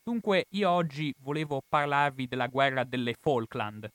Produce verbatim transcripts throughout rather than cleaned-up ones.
Dunque, io oggi volevo parlarvi della guerra delle Falkland.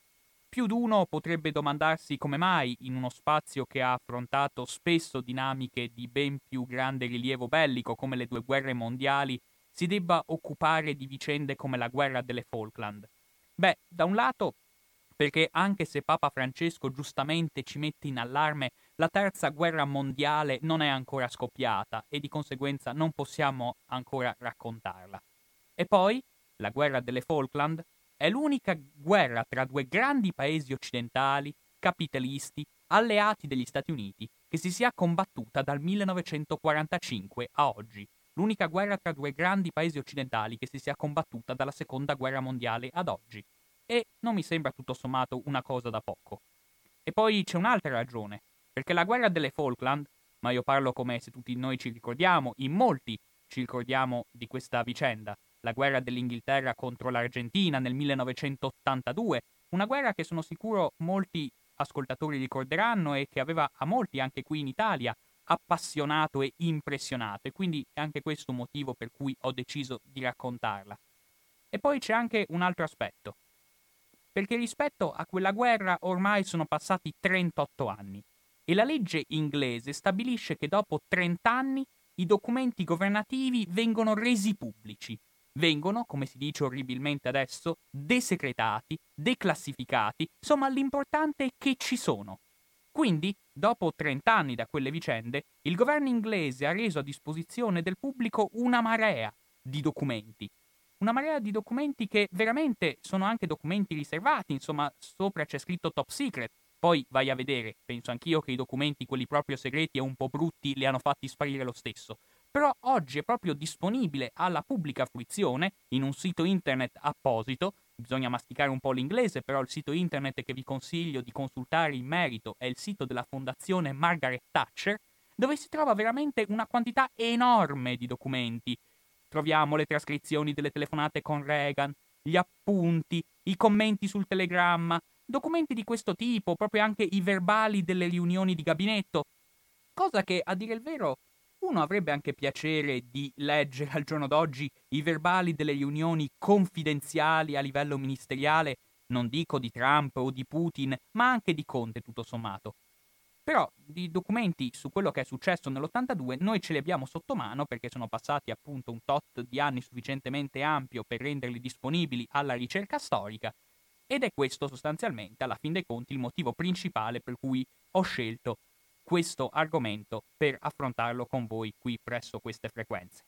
Più d'uno potrebbe domandarsi come mai, in uno spazio che ha affrontato spesso dinamiche di ben più grande rilievo bellico, come le due guerre mondiali, si debba occupare di vicende come la guerra delle Falkland. Beh, da un lato, perché anche se Papa Francesco giustamente ci mette in allarme, la terza guerra mondiale non è ancora scoppiata e di conseguenza non possiamo ancora raccontarla. E poi, la guerra delle Falkland è l'unica guerra tra due grandi paesi occidentali, capitalisti, alleati degli Stati Uniti, che si sia combattuta dal millenovecentoquarantacinque a oggi. L'unica guerra tra due grandi paesi occidentali che si sia combattuta dalla seconda guerra mondiale ad oggi. E non mi sembra tutto sommato una cosa da poco. E poi c'è un'altra ragione, perché la guerra delle Falkland, ma io parlo come se tutti noi ci ricordiamo, in molti ci ricordiamo di questa vicenda, la guerra dell'Inghilterra contro l'Argentina nel millenovecentottantadue, una guerra che sono sicuro molti ascoltatori ricorderanno e che aveva a molti anche qui in Italia appassionato e impressionato, e quindi è anche questo un motivo per cui ho deciso di raccontarla. E poi c'è anche un altro aspetto, perché rispetto a quella guerra ormai sono passati trentotto anni e la legge inglese stabilisce che dopo trenta anni i documenti governativi vengono resi pubblici. Vengono, come si dice orribilmente adesso, desecretati, declassificati, insomma l'importante è che ci sono. Quindi, dopo trenta anni da quelle vicende, il governo inglese ha reso a disposizione del pubblico una marea di documenti. Una marea di documenti che veramente sono anche documenti riservati, insomma, sopra c'è scritto top secret. Poi vai a vedere, penso anch'io che i documenti, quelli proprio segreti e un po' brutti, li hanno fatti sparire lo stesso. Però oggi è proprio disponibile alla pubblica fruizione in un sito internet apposito. Bisogna masticare un po' l'inglese, però il sito internet che vi consiglio di consultare in merito è il sito della Fondazione Margaret Thatcher, dove si trova veramente una quantità enorme di documenti. Troviamo le trascrizioni delle telefonate con Reagan, gli appunti, i commenti sul telegramma, documenti di questo tipo, proprio anche i verbali delle riunioni di gabinetto, cosa che, a dire il vero, uno avrebbe anche piacere di leggere al giorno d'oggi i verbali delle riunioni confidenziali a livello ministeriale, non dico di Trump o di Putin, ma anche di Conte, tutto sommato. Però di documenti su quello che è successo nell'ottantadue noi ce li abbiamo sotto mano perché sono passati appunto un tot di anni sufficientemente ampio per renderli disponibili alla ricerca storica, ed è questo sostanzialmente, alla fin dei conti, il motivo principale per cui ho scelto questo argomento per affrontarlo con voi qui presso queste frequenze.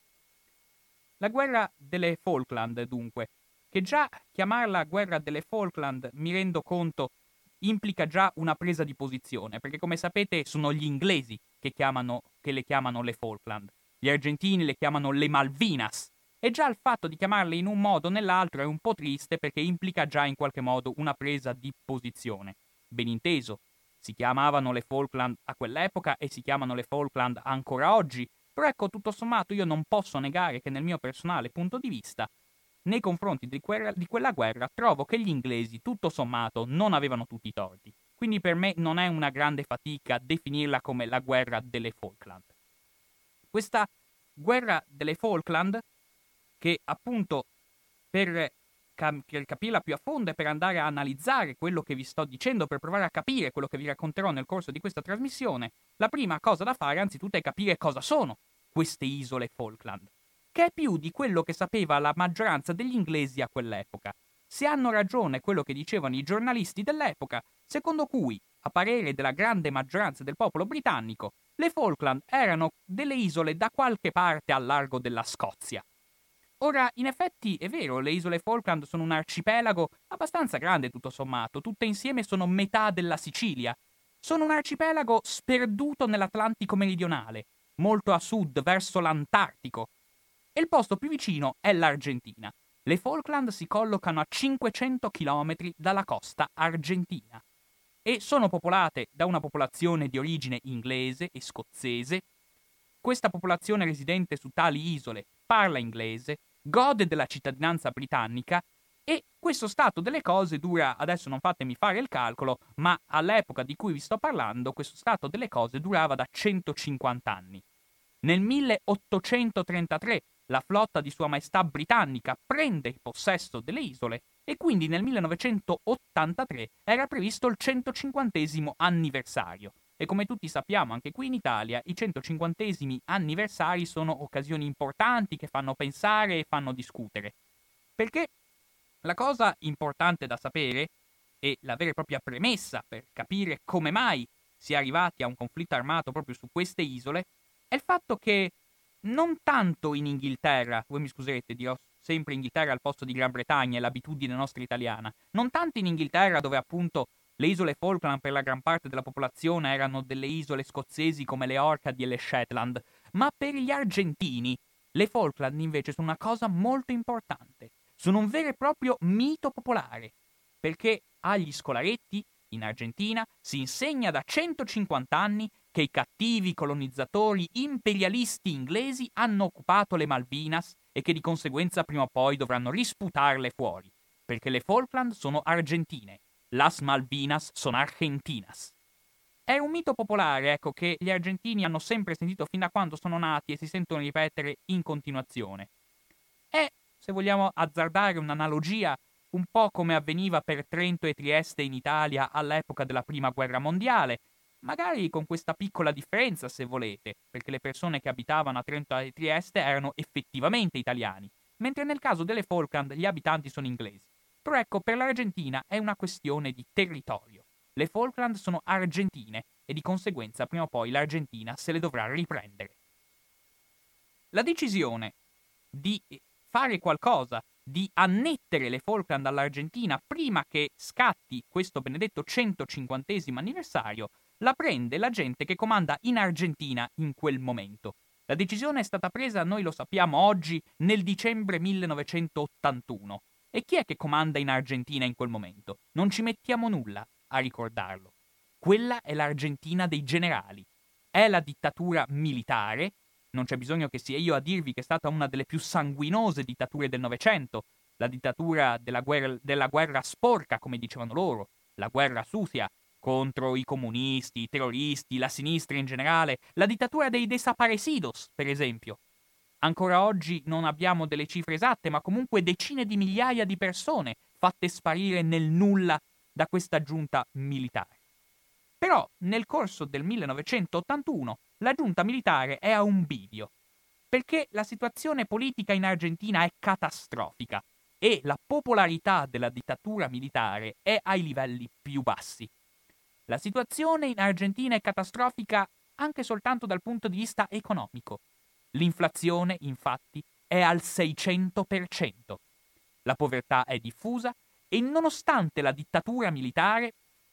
La guerra delle Falkland, dunque, che già chiamarla guerra delle Falkland, mi rendo conto, implica già una presa di posizione, perché come sapete sono gli inglesi che, chiamano, che le chiamano le Falkland, gli argentini le chiamano le Malvinas, e già il fatto di chiamarle in un modo o nell'altro è un po' triste perché implica già in qualche modo una presa di posizione. Ben inteso, si chiamavano le Falkland a quell'epoca e si chiamano le Falkland ancora oggi, però ecco, tutto sommato io non posso negare che nel mio personale punto di vista, nei confronti di, quella, di quella guerra, trovo che gli inglesi, tutto sommato, non avevano tutti i torti. Quindi per me non è una grande fatica definirla come la guerra delle Falkland. Questa guerra delle Falkland, che appunto per, cap- per capirla più a fondo e per andare a analizzare quello che vi sto dicendo, per provare a capire quello che vi racconterò nel corso di questa trasmissione, la prima cosa da fare anzitutto è capire cosa sono queste isole Falkland, che è più di quello che sapeva la maggioranza degli inglesi a quell'epoca. Se hanno ragione quello che dicevano i giornalisti dell'epoca, secondo cui, a parere della grande maggioranza del popolo britannico, le Falkland erano delle isole da qualche parte al largo della Scozia. Ora, in effetti è vero, le isole Falkland sono un arcipelago abbastanza grande tutto sommato, tutte insieme sono metà della Sicilia. Sono un arcipelago sperduto nell'Atlantico meridionale, molto a sud, verso l'Antartico. E il posto più vicino è l'Argentina. Le Falkland si collocano a cinquecento chilometri dalla costa argentina e sono popolate da una popolazione di origine inglese e scozzese. Questa popolazione residente su tali isole parla inglese, gode della cittadinanza britannica e questo stato delle cose dura, adesso non fatemi fare il calcolo, ma all'epoca di cui vi sto parlando questo stato delle cose durava da centocinquanta anni. Nel milleottocentotrentatré la flotta di Sua Maestà britannica prende possesso delle isole e quindi nel millenovecentottantatré era previsto il centocinquantesimo anniversario. E come tutti sappiamo anche qui in Italia i centocinquantesimi anniversari sono occasioni importanti che fanno pensare e fanno discutere. Perché la cosa importante da sapere e la vera e propria premessa per capire come mai si è arrivati a un conflitto armato proprio su queste isole è il fatto che non tanto in Inghilterra, voi mi scuserete, dirò sempre Inghilterra al posto di Gran Bretagna, è l'abitudine nostra italiana, non tanto in Inghilterra dove appunto le isole Falkland per la gran parte della popolazione erano delle isole scozzesi come le Orcadi e le Shetland, ma per gli argentini le Falkland invece sono una cosa molto importante, sono un vero e proprio mito popolare, perché agli scolaretti in Argentina si insegna da centocinquanta anni che i cattivi colonizzatori imperialisti inglesi hanno occupato le Malvinas e che di conseguenza prima o poi dovranno risputarle fuori, perché le Falkland sono argentine, las Malvinas son argentinas. È un mito popolare, ecco, che gli argentini hanno sempre sentito fin da quando sono nati e si sentono ripetere in continuazione. È, se vogliamo azzardare un'analogia, un po' come avveniva per Trento e Trieste in Italia all'epoca della Prima Guerra Mondiale, magari con questa piccola differenza, se volete, perché le persone che abitavano a Trento e Trieste erano effettivamente italiani, mentre nel caso delle Falkland gli abitanti sono inglesi. Però ecco, per l'Argentina è una questione di territorio. Le Falkland sono argentine e di conseguenza prima o poi l'Argentina se le dovrà riprendere. La decisione di fare qualcosa, di annettere le Falkland all'Argentina prima che scatti questo benedetto centocinquantesimo anniversario, la prende la gente che comanda in Argentina in quel momento. La decisione è stata presa, noi lo sappiamo oggi, nel dicembre millenovecentottantuno. E chi è che comanda in Argentina in quel momento? Non ci mettiamo nulla a ricordarlo. Quella è l'Argentina dei generali. È la dittatura militare. Non c'è bisogno che sia io a dirvi che è stata una delle più sanguinose dittature del Novecento, la dittatura della guerra, della guerra sporca, come dicevano loro, la guerra sucia contro i comunisti, i terroristi, la sinistra in generale, la dittatura dei desaparecidos, per esempio. Ancora oggi non abbiamo delle cifre esatte, ma comunque decine di migliaia di persone fatte sparire nel nulla da questa giunta militare. Però nel corso del millenovecentottantuno la giunta militare è a un bivio, perché la situazione politica in Argentina è catastrofica e la popolarità della dittatura militare è ai livelli più bassi. La situazione in Argentina è catastrofica anche soltanto dal punto di vista economico. L'inflazione, infatti, è al seicento per cento. La povertà è diffusa e nonostante la dittatura militare,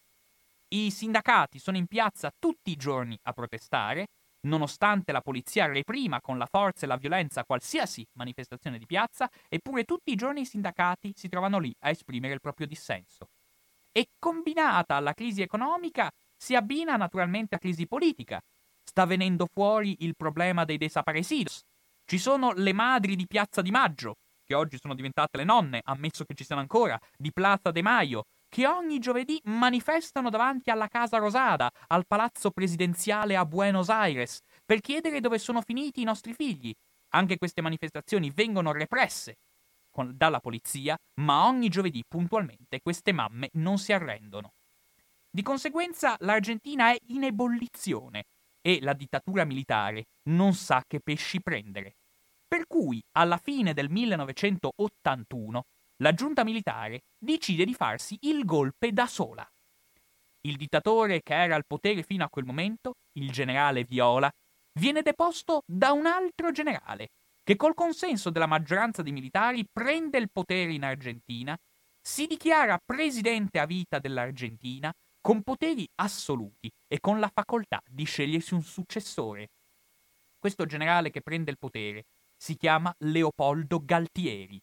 i sindacati sono in piazza tutti i giorni a protestare, nonostante la polizia reprima con la forza e la violenza qualsiasi manifestazione di piazza, eppure tutti i giorni i sindacati si trovano lì a esprimere il proprio dissenso. E combinata alla crisi economica si abbina naturalmente a crisi politica. Sta venendo fuori il problema dei desaparecidos. Ci sono le madri di Piazza di Maggio, che oggi sono diventate le nonne, ammesso che ci siano ancora, di Plaza de Mayo, che ogni giovedì manifestano davanti alla Casa Rosada, al palazzo presidenziale a Buenos Aires, per chiedere dove sono finiti i nostri figli. Anche queste manifestazioni vengono represse con, dalla polizia, ma ogni giovedì puntualmente queste mamme non si arrendono. Di conseguenza l'Argentina è in ebollizione e la dittatura militare non sa che pesci prendere. Per cui, alla fine del millenovecentottantuno, la giunta militare decide di farsi il golpe da sola. Il dittatore che era al potere fino a quel momento, il generale Viola, viene deposto da un altro generale, che col consenso della maggioranza dei militari prende il potere in Argentina, si dichiara presidente a vita dell'Argentina, con poteri assoluti e con la facoltà di scegliersi un successore. Questo generale che prende il potere si chiama Leopoldo Galtieri.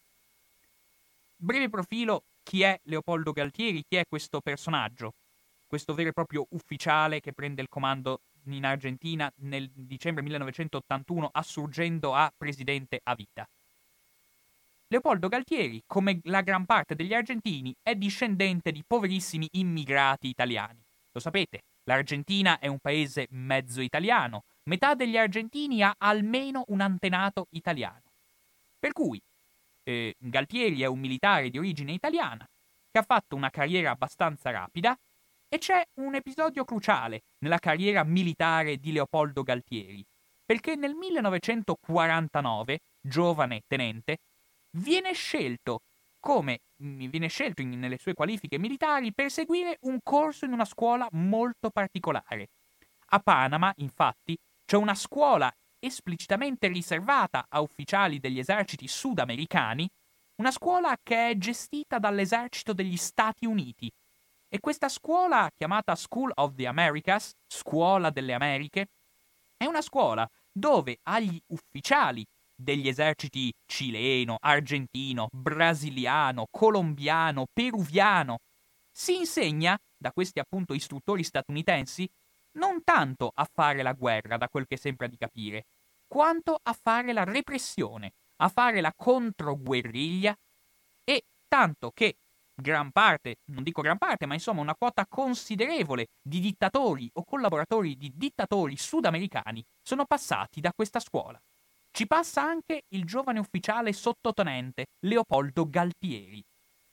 Breve profilo, chi è Leopoldo Galtieri? Chi è questo personaggio? Questo vero e proprio ufficiale che prende il comando in Argentina nel dicembre millenovecentottantuno assurgendo a presidente a vita. Leopoldo Galtieri, come la gran parte degli argentini, è discendente di poverissimi immigrati italiani. Lo sapete, l'Argentina è un paese mezzo italiano, metà degli argentini ha almeno un antenato italiano. Per cui eh, Galtieri è un militare di origine italiana che ha fatto una carriera abbastanza rapida e c'è un episodio cruciale nella carriera militare di Leopoldo Galtieri, perché nel millenovecentoquarantanove, giovane tenente, viene scelto come viene scelto in, nelle sue qualifiche militari per seguire un corso in una scuola molto particolare. A Panama, infatti, c'è una scuola esplicitamente riservata a ufficiali degli eserciti sudamericani, una scuola che è gestita dall'esercito degli Stati Uniti. E questa scuola, chiamata School of the Americas, Scuola delle Americhe, è una scuola dove agli ufficiali degli eserciti cileno, argentino, brasiliano, colombiano, peruviano si insegna, da questi appunto istruttori statunitensi, non tanto a fare la guerra, da quel che sembra di capire, quanto a fare la repressione, a fare la controguerriglia, e tanto che gran parte, non dico gran parte, ma insomma una quota considerevole di dittatori o collaboratori di dittatori sudamericani sono passati da questa scuola. Ci passa anche il giovane ufficiale sottotenente Leopoldo Galtieri.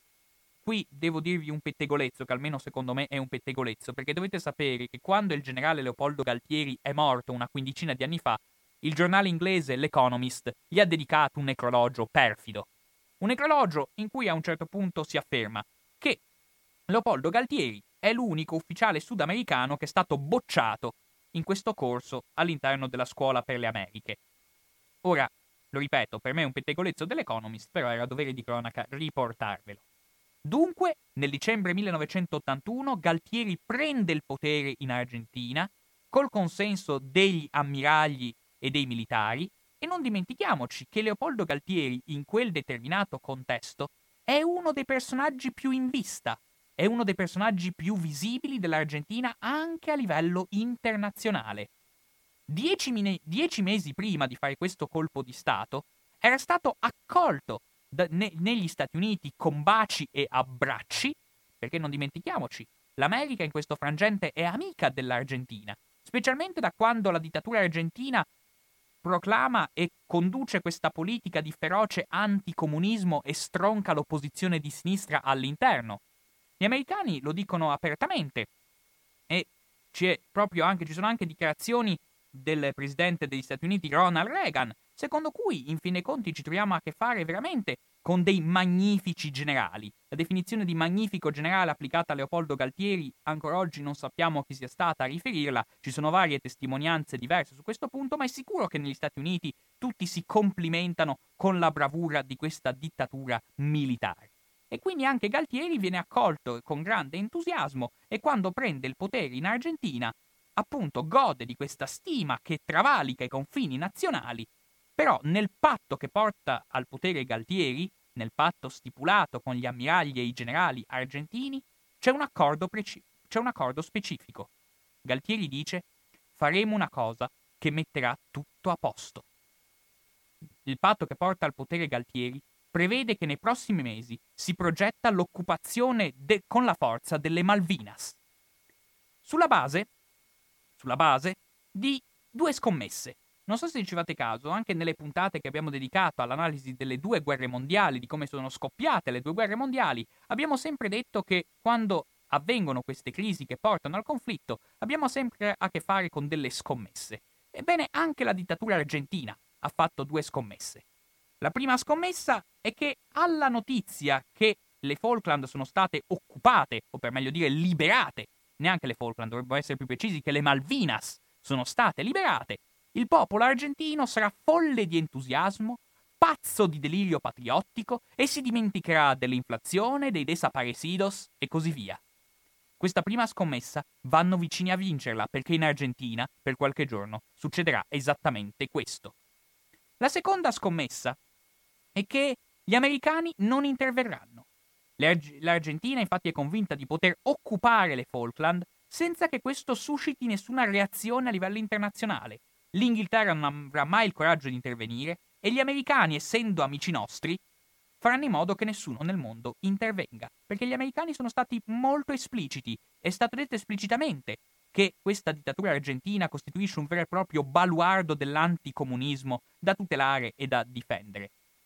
Qui devo dirvi un pettegolezzo, che almeno secondo me è un pettegolezzo, perché dovete sapere che quando il generale Leopoldo Galtieri è morto una quindicina di anni fa, il giornale inglese L'Economist gli ha dedicato un necrologio perfido. Un necrologio in cui a un certo punto si afferma che Leopoldo Galtieri è l'unico ufficiale sudamericano che è stato bocciato in questo corso all'interno della Scuola per le Americhe. Ora, lo ripeto, per me è un pettegolezzo dell'Economist, però era dovere di cronaca riportarvelo. Dunque, nel dicembre millenovecentottantuno, Galtieri prende il potere in Argentina col consenso degli ammiragli e dei militari, e non dimentichiamoci che Leopoldo Galtieri, in quel determinato contesto, è uno dei personaggi più in vista, è uno dei personaggi più visibili dell'Argentina anche a livello internazionale. Dieci, mine- dieci mesi prima di fare questo colpo di Stato, era stato accolto da- ne- negli Stati Uniti con baci e abbracci, perché non dimentichiamoci, l'America in questo frangente è amica dell'Argentina, specialmente da quando la dittatura argentina proclama e conduce questa politica di feroce anticomunismo e stronca l'opposizione di sinistra all'interno. Gli americani lo dicono apertamente e c'è proprio anche, ci sono anche dichiarazioni del presidente degli Stati Uniti Ronald Reagan, secondo cui in fin dei conti ci troviamo a che fare veramente con dei magnifici generali. La definizione di magnifico generale applicata a Leopoldo Galtieri ancora oggi non sappiamo chi sia stata a riferirla, ci sono varie testimonianze diverse su questo punto, ma è sicuro che negli Stati Uniti tutti si complimentano con la bravura di questa dittatura militare. E quindi anche Galtieri viene accolto con grande entusiasmo e quando prende il potere in Argentina, appunto gode di questa stima che travalica i confini nazionali, però nel patto che porta al potere Galtieri, nel patto stipulato con gli ammiragli e i generali argentini, c'è un accordo, preci- c'è un accordo specifico. Galtieri dice: faremo una cosa che metterà tutto a posto. Il patto che porta al potere Galtieri prevede che nei prossimi mesi si progetta l'occupazione de- con la forza delle Malvinas, sulla base, sulla base di due scommesse. Non so se ci fate caso, anche nelle puntate che abbiamo dedicato all'analisi delle due guerre mondiali, di come sono scoppiate le due guerre mondiali, abbiamo sempre detto che quando avvengono queste crisi che portano al conflitto, abbiamo sempre a che fare con delle scommesse. Ebbene, anche la dittatura argentina ha fatto due scommesse. La prima scommessa è che alla notizia che le Falkland sono state occupate, o per meglio dire liberate, neanche le Falkland, dovrebbero essere più precisi che le Malvinas sono state liberate, il popolo argentino sarà folle di entusiasmo, pazzo di delirio patriottico e si dimenticherà dell'inflazione, dei desaparecidos e così via. Questa prima scommessa vanno vicini a vincerla perché in Argentina, per qualche giorno, succederà esattamente questo. La seconda scommessa è che gli americani non interverranno. L'Argentina infatti è convinta di poter occupare le Falkland senza che questo susciti nessuna reazione a livello internazionale. L'Inghilterra non avrà mai il coraggio di intervenire e gli americani, essendo amici nostri, faranno in modo che nessuno nel mondo intervenga. Perché gli americani sono stati molto espliciti. È stato detto esplicitamente che questa dittatura argentina costituisce un vero e proprio baluardo dell'anticomunismo da tutelare e da difendere.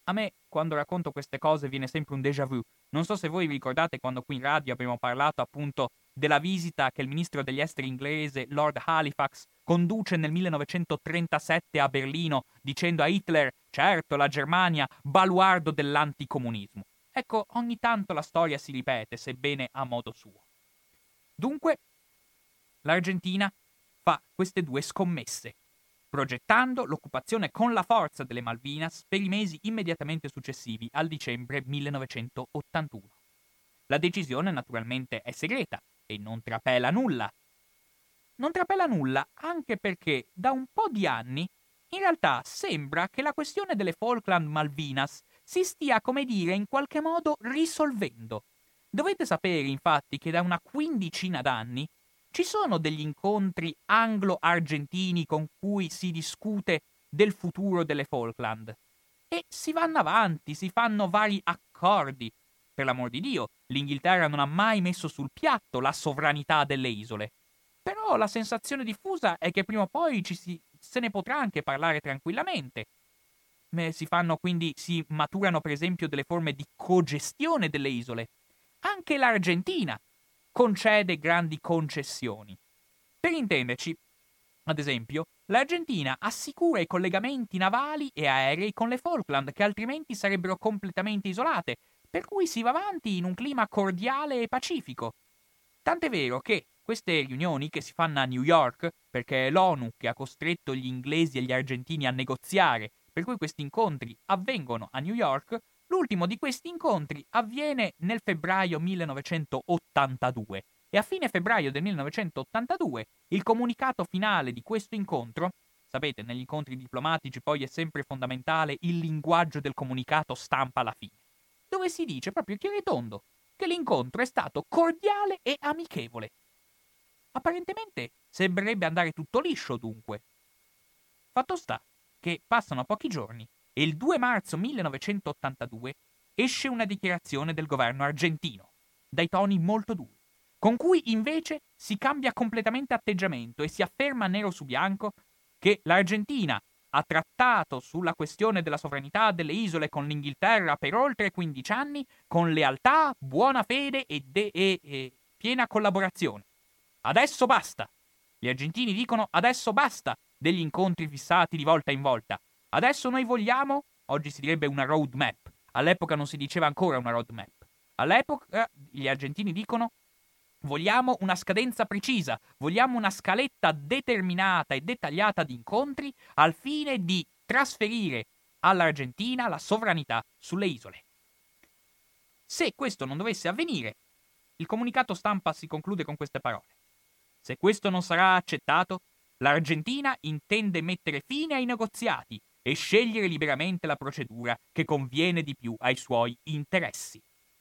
A me, quando racconto queste cose, viene sempre un déjà vu. Non so se voi vi ricordate quando qui in radio abbiamo parlato appunto della visita che il ministro degli esteri inglese Lord Halifax conduce nel millenovecentotrentasette a Berlino dicendo a Hitler, certo, la Germania, baluardo dell'anticomunismo. Ecco, ogni tanto la storia si ripete, sebbene a modo suo. Dunque, l'Argentina fa queste due scommesse, progettando l'occupazione con la forza delle Malvinas per i mesi immediatamente successivi al dicembre millenovecentottantuno. La decisione naturalmente è segreta e non trapela nulla. Non trapela nulla anche perché da un po' di anni in realtà sembra che la questione delle Falkland Malvinas si stia, come dire, in qualche modo risolvendo. Dovete sapere infatti che da una quindicina d'anni ci sono degli incontri anglo-argentini con cui si discute del futuro delle Falkland e si vanno avanti, si fanno vari accordi. Per l'amor di Dio, l'Inghilterra non ha mai messo sul piatto la sovranità delle isole. Però la sensazione diffusa è che prima o poi ci si, se ne potrà anche parlare tranquillamente. Si fanno quindi, si maturano per esempio delle forme di cogestione delle isole. Anche l'Argentina concede grandi concessioni. Per intenderci, ad esempio, l'Argentina assicura i collegamenti navali e aerei con le Falkland, che altrimenti sarebbero completamente isolate, per cui si va avanti in un clima cordiale e pacifico. Tant'è vero che queste riunioni che si fanno a New York, perché è l'ONU che ha costretto gli inglesi e gli argentini a negoziare, per cui questi incontri avvengono a New York, l'ultimo di questi incontri avviene nel febbraio millenovecentottantadue e a fine febbraio del millenovecentottantadue il comunicato finale di questo incontro, sapete, negli incontri diplomatici poi è sempre fondamentale il linguaggio del comunicato stampa alla fine, dove si dice proprio chiaro e tondo che l'incontro è stato cordiale e amichevole. Apparentemente sembrerebbe andare tutto liscio dunque. Fatto sta che passano pochi giorni e il due marzo millenovecentottantadue esce una dichiarazione del governo argentino, dai toni molto duri, con cui invece si cambia completamente atteggiamento e si afferma nero su bianco che l'Argentina ha trattato sulla questione della sovranità delle isole con l'Inghilterra per oltre quindici anni con lealtà, buona fede e, de- e, e piena collaborazione. Adesso basta! Gli argentini dicono adesso basta degli incontri fissati di volta in volta. Adesso noi vogliamo, oggi si direbbe una roadmap, all'epoca non si diceva ancora una roadmap. All'epoca gli argentini dicono vogliamo una scadenza precisa, vogliamo una scaletta determinata e dettagliata di incontri al fine di trasferire all'Argentina la sovranità sulle isole. Se questo non dovesse avvenire, il comunicato stampa si conclude con queste parole. Se questo non sarà accettato, l'Argentina intende mettere fine ai negoziati e scegliere liberamente la procedura che conviene di più ai suoi interessi.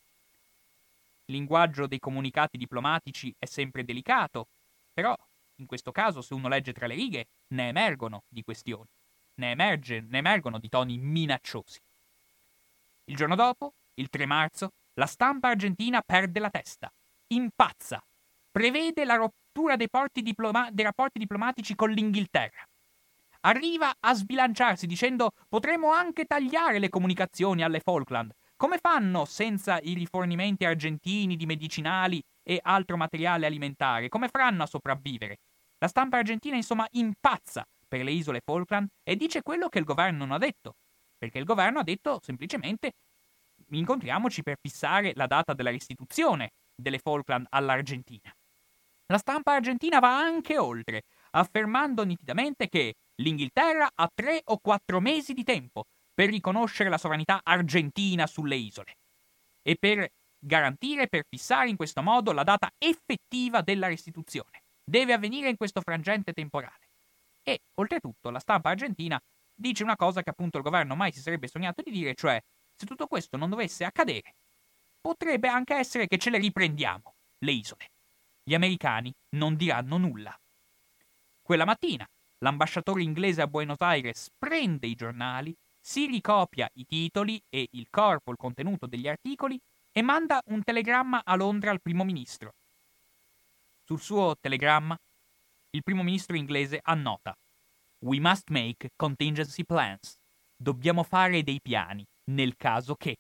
Il linguaggio dei comunicati diplomatici è sempre delicato, però in questo caso, se uno legge tra le righe, ne emergono di questioni, ne, emerge, ne emergono di toni minacciosi. Il giorno dopo, il tre marzo, la stampa argentina perde la testa, impazza, prevede la rottura dei, diploma- dei rapporti diplomatici con l'Inghilterra. Arriva a sbilanciarsi dicendo potremo anche tagliare le comunicazioni alle Falkland. Come fanno senza i rifornimenti argentini di medicinali e altro materiale alimentare? Come faranno a sopravvivere? La stampa argentina insomma impazza per le isole Falkland e dice quello che il governo non ha detto. Perché il governo ha detto semplicemente incontriamoci per fissare la data della restituzione delle Falkland all'Argentina. La stampa argentina va anche oltre, affermando nitidamente che l'Inghilterra ha tre o quattro mesi di tempo per riconoscere la sovranità argentina sulle isole e per garantire, per fissare in questo modo la data effettiva della restituzione. Deve avvenire in questo frangente temporale. E, oltretutto, la stampa argentina dice una cosa che appunto il governo mai si sarebbe sognato di dire, cioè, se tutto questo non dovesse accadere, potrebbe anche essere che ce le riprendiamo, le isole. Gli americani non diranno nulla. Quella mattina, l'ambasciatore inglese a Buenos Aires prende i giornali, si ricopia i titoli e il corpo, il contenuto degli articoli e manda un telegramma a Londra al primo ministro. Sul suo telegramma, il primo ministro inglese annota: We must make contingency plans. Dobbiamo fare dei piani, nel caso che.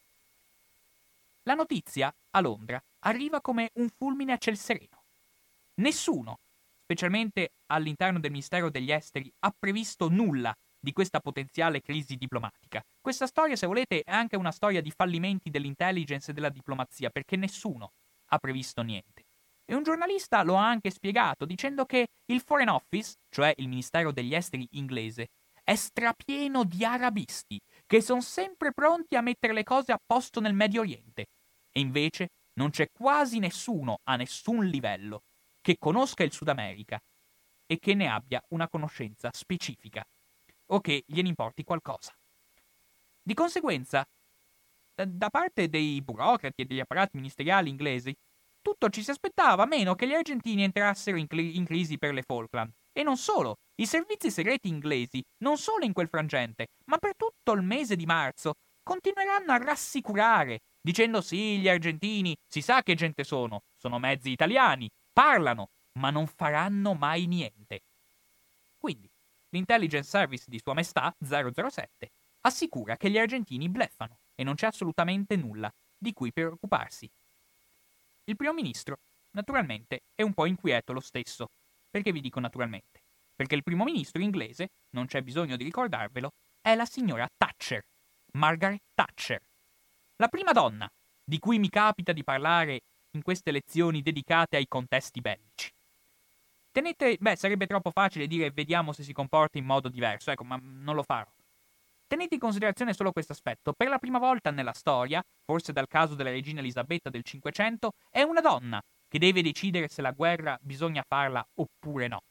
La notizia a Londra arriva come un fulmine a ciel sereno. Nessuno, specialmente all'interno del Ministero degli Esteri, ha previsto nulla di questa potenziale crisi diplomatica. Questa storia, se volete, è anche una storia di fallimenti dell'intelligence e della diplomazia, perché nessuno ha previsto niente. E un giornalista lo ha anche spiegato dicendo che il Foreign Office, cioè il Ministero degli Esteri inglese, è strapieno di arabisti che sono sempre pronti a mettere le cose a posto nel Medio Oriente. E invece non c'è quasi nessuno a nessun livello che conosca il Sud America e che ne abbia una conoscenza specifica o che gliene importi qualcosa. Di conseguenza, da parte dei burocrati e degli apparati ministeriali inglesi, tutto ci si aspettava meno che gli argentini entrassero in, cli- in crisi per le Falkland. E non solo, i servizi segreti inglesi, non solo in quel frangente, ma per tutto il mese di marzo, continueranno a rassicurare, dicendo sì, gli argentini, si sa che gente sono, sono mezzi italiani, parlano, ma non faranno mai niente. Quindi, l'intelligence service di Sua Maestà zero zero sette assicura che gli argentini bluffano e non c'è assolutamente nulla di cui preoccuparsi. Il primo ministro, naturalmente, è un po' inquieto lo stesso. Perché vi dico naturalmente? Perché il primo ministro inglese, non c'è bisogno di ricordarvelo, è la signora Thatcher, Margaret Thatcher. La prima donna di cui mi capita di parlare in queste lezioni dedicate ai contesti bellici. Tenete, beh, sarebbe troppo facile dire vediamo se si comporta in modo diverso, ecco, ma non lo farò. Tenete in considerazione solo questo aspetto. Per la prima volta nella storia, forse dal caso della regina Elisabetta del Cinquecento, è una donna che deve decidere se la guerra bisogna farla oppure no.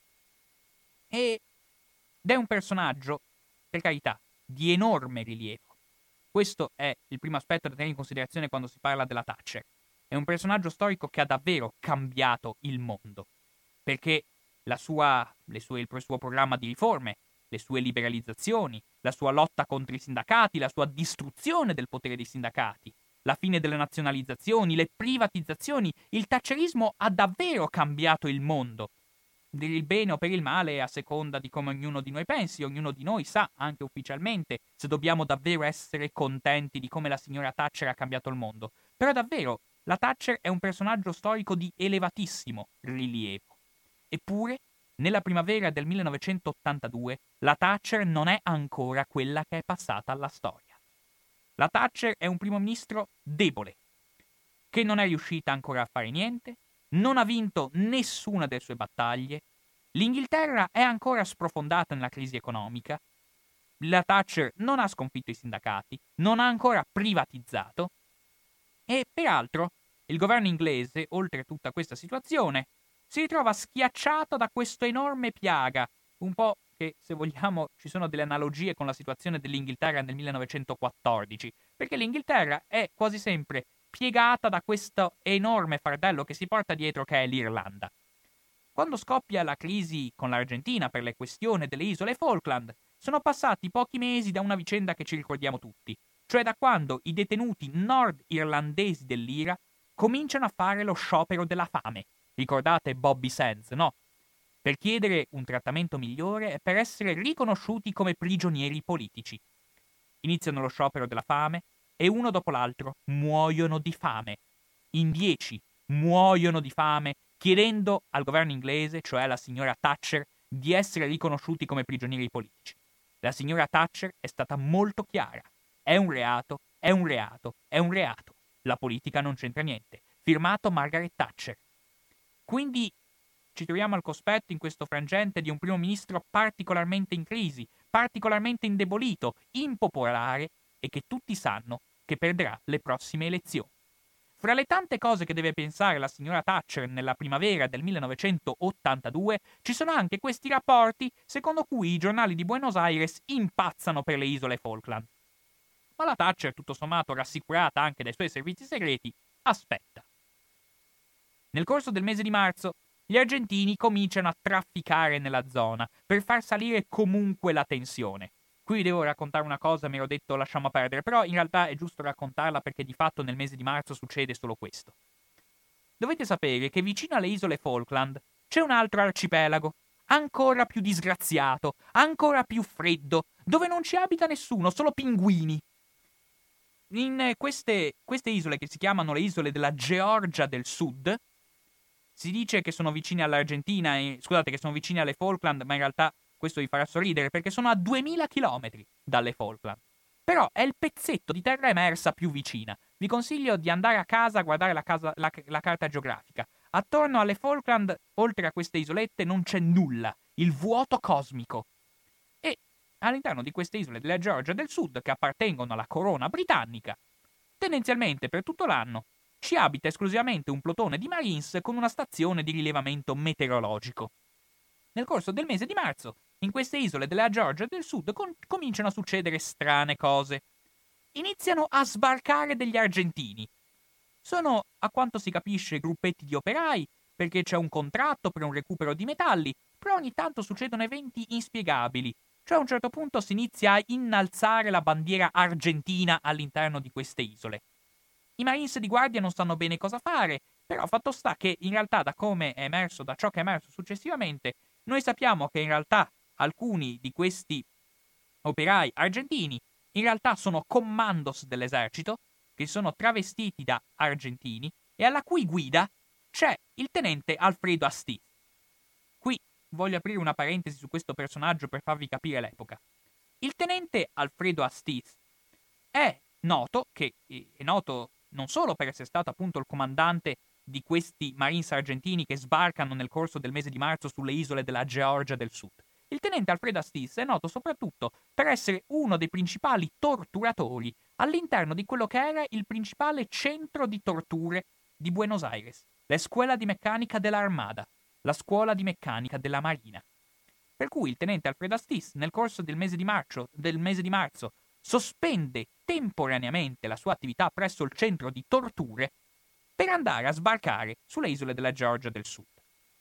Ed è un personaggio, per carità, di enorme rilievo. Questo è il primo aspetto da tenere in considerazione quando si parla della Thatcher. È un personaggio storico che ha davvero cambiato il mondo, perché la sua, le sue, il suo programma di riforme, le sue liberalizzazioni, la sua lotta contro i sindacati, la sua distruzione del potere dei sindacati, la fine delle nazionalizzazioni, le privatizzazioni, il thatcherismo ha davvero cambiato il mondo. Per il bene o per il male, a seconda di come ognuno di noi pensi, ognuno di noi sa, anche ufficialmente, se dobbiamo davvero essere contenti di come la signora Thatcher ha cambiato il mondo. Però davvero, la Thatcher è un personaggio storico di elevatissimo rilievo. Eppure, nella primavera del millenovecentottantadue, la Thatcher non è ancora quella che è passata alla storia. La Thatcher è un primo ministro debole, che non è riuscita ancora a fare niente, non ha vinto nessuna delle sue battaglie, l'Inghilterra è ancora sprofondata nella crisi economica, la Thatcher non ha sconfitto i sindacati, non ha ancora privatizzato e, peraltro, il governo inglese, oltre a tutta questa situazione, si ritrova schiacciato da questo enorme piaga, un po' che, se vogliamo, ci sono delle analogie con la situazione dell'Inghilterra nel millenovecentoquattordici, perché l'Inghilterra è quasi sempre piegata da questo enorme fardello che si porta dietro che è l'Irlanda. Quando scoppia la crisi con l'Argentina per le questioni delle isole Falkland, sono passati pochi mesi da una vicenda che ci ricordiamo tutti, cioè da quando i detenuti nord-irlandesi dell'I R A cominciano a fare lo sciopero della fame. Ricordate Bobby Sands, no? Per chiedere un trattamento migliore e per essere riconosciuti come prigionieri politici. Iniziano lo sciopero della fame e uno dopo l'altro muoiono di fame. In dieci muoiono di fame chiedendo al governo inglese, cioè alla signora Thatcher, di essere riconosciuti come prigionieri politici. La signora Thatcher è stata molto chiara. È un reato, è un reato, è un reato. La politica non c'entra niente. Firmato Margaret Thatcher. Quindi ci troviamo al cospetto in questo frangente di un primo ministro particolarmente in crisi, particolarmente indebolito, impopolare e che tutti sanno che perderà le prossime elezioni. Fra le tante cose che deve pensare la signora Thatcher nella primavera del millenovecentottantadue ci sono anche questi rapporti secondo cui i giornali di Buenos Aires impazzano per le isole Falkland. Ma la Thatcher, tutto sommato rassicurata anche dai suoi servizi segreti, aspetta. Nel corso del mese di marzo gli argentini cominciano a trafficare nella zona per far salire comunque la tensione. Qui vi devo raccontare una cosa, mi ero detto lasciamo perdere, però in realtà è giusto raccontarla perché di fatto nel mese di marzo succede solo questo. Dovete sapere che vicino alle isole Falkland c'è un altro arcipelago, ancora più disgraziato, ancora più freddo, dove non ci abita nessuno, solo pinguini. in queste, queste isole, che si chiamano le isole della Georgia del Sud, si dice che sono vicine all'Argentina, e, scusate, che sono vicine alle Falkland, ma in realtà questo vi farà sorridere perché sono a duemila chilometri dalle Falkland. Però è il pezzetto di terra emersa più vicina. Vi consiglio di andare a casa a guardare la, casa, la, la carta geografica. Attorno alle Falkland, oltre a queste isolette, non c'è nulla. Il vuoto cosmico. E all'interno di queste isole della Georgia del Sud, che appartengono alla corona britannica, tendenzialmente per tutto l'anno ci abita esclusivamente un plotone di Marines con una stazione di rilevamento meteorologico. Nel corso del mese di marzo, in queste isole della Georgia del Sud com- cominciano a succedere strane cose. Iniziano a sbarcare degli argentini. Sono, a quanto si capisce, gruppetti di operai, perché c'è un contratto per un recupero di metalli, però ogni tanto succedono eventi inspiegabili. Cioè a un certo punto si inizia a innalzare la bandiera argentina all'interno di queste isole. I Marines di guardia non sanno bene cosa fare, però fatto sta che in realtà da come è emerso, da ciò che è emerso successivamente, noi sappiamo che in realtà alcuni di questi operai argentini in realtà sono commandos dell'esercito, che sono travestiti da argentini e alla cui guida c'è il tenente Alfredo Astiz. Qui voglio aprire una parentesi su questo personaggio per farvi capire l'epoca. Il tenente Alfredo Astiz è noto, che è noto non solo per essere stato appunto il comandante di questi Marines argentini che sbarcano nel corso del mese di marzo sulle isole della Georgia del Sud. Il tenente Alfredo Astiz è noto soprattutto per essere uno dei principali torturatori all'interno di quello che era il principale centro di torture di Buenos Aires, la Escuela di Meccanica de la Armada, la scuola di meccanica della Marina. Per cui il tenente Alfredo Astiz nel corso del mese di marzo, del mese di marzo sospende temporaneamente la sua attività presso il centro di torture per andare a sbarcare sulle isole della Georgia del Sud.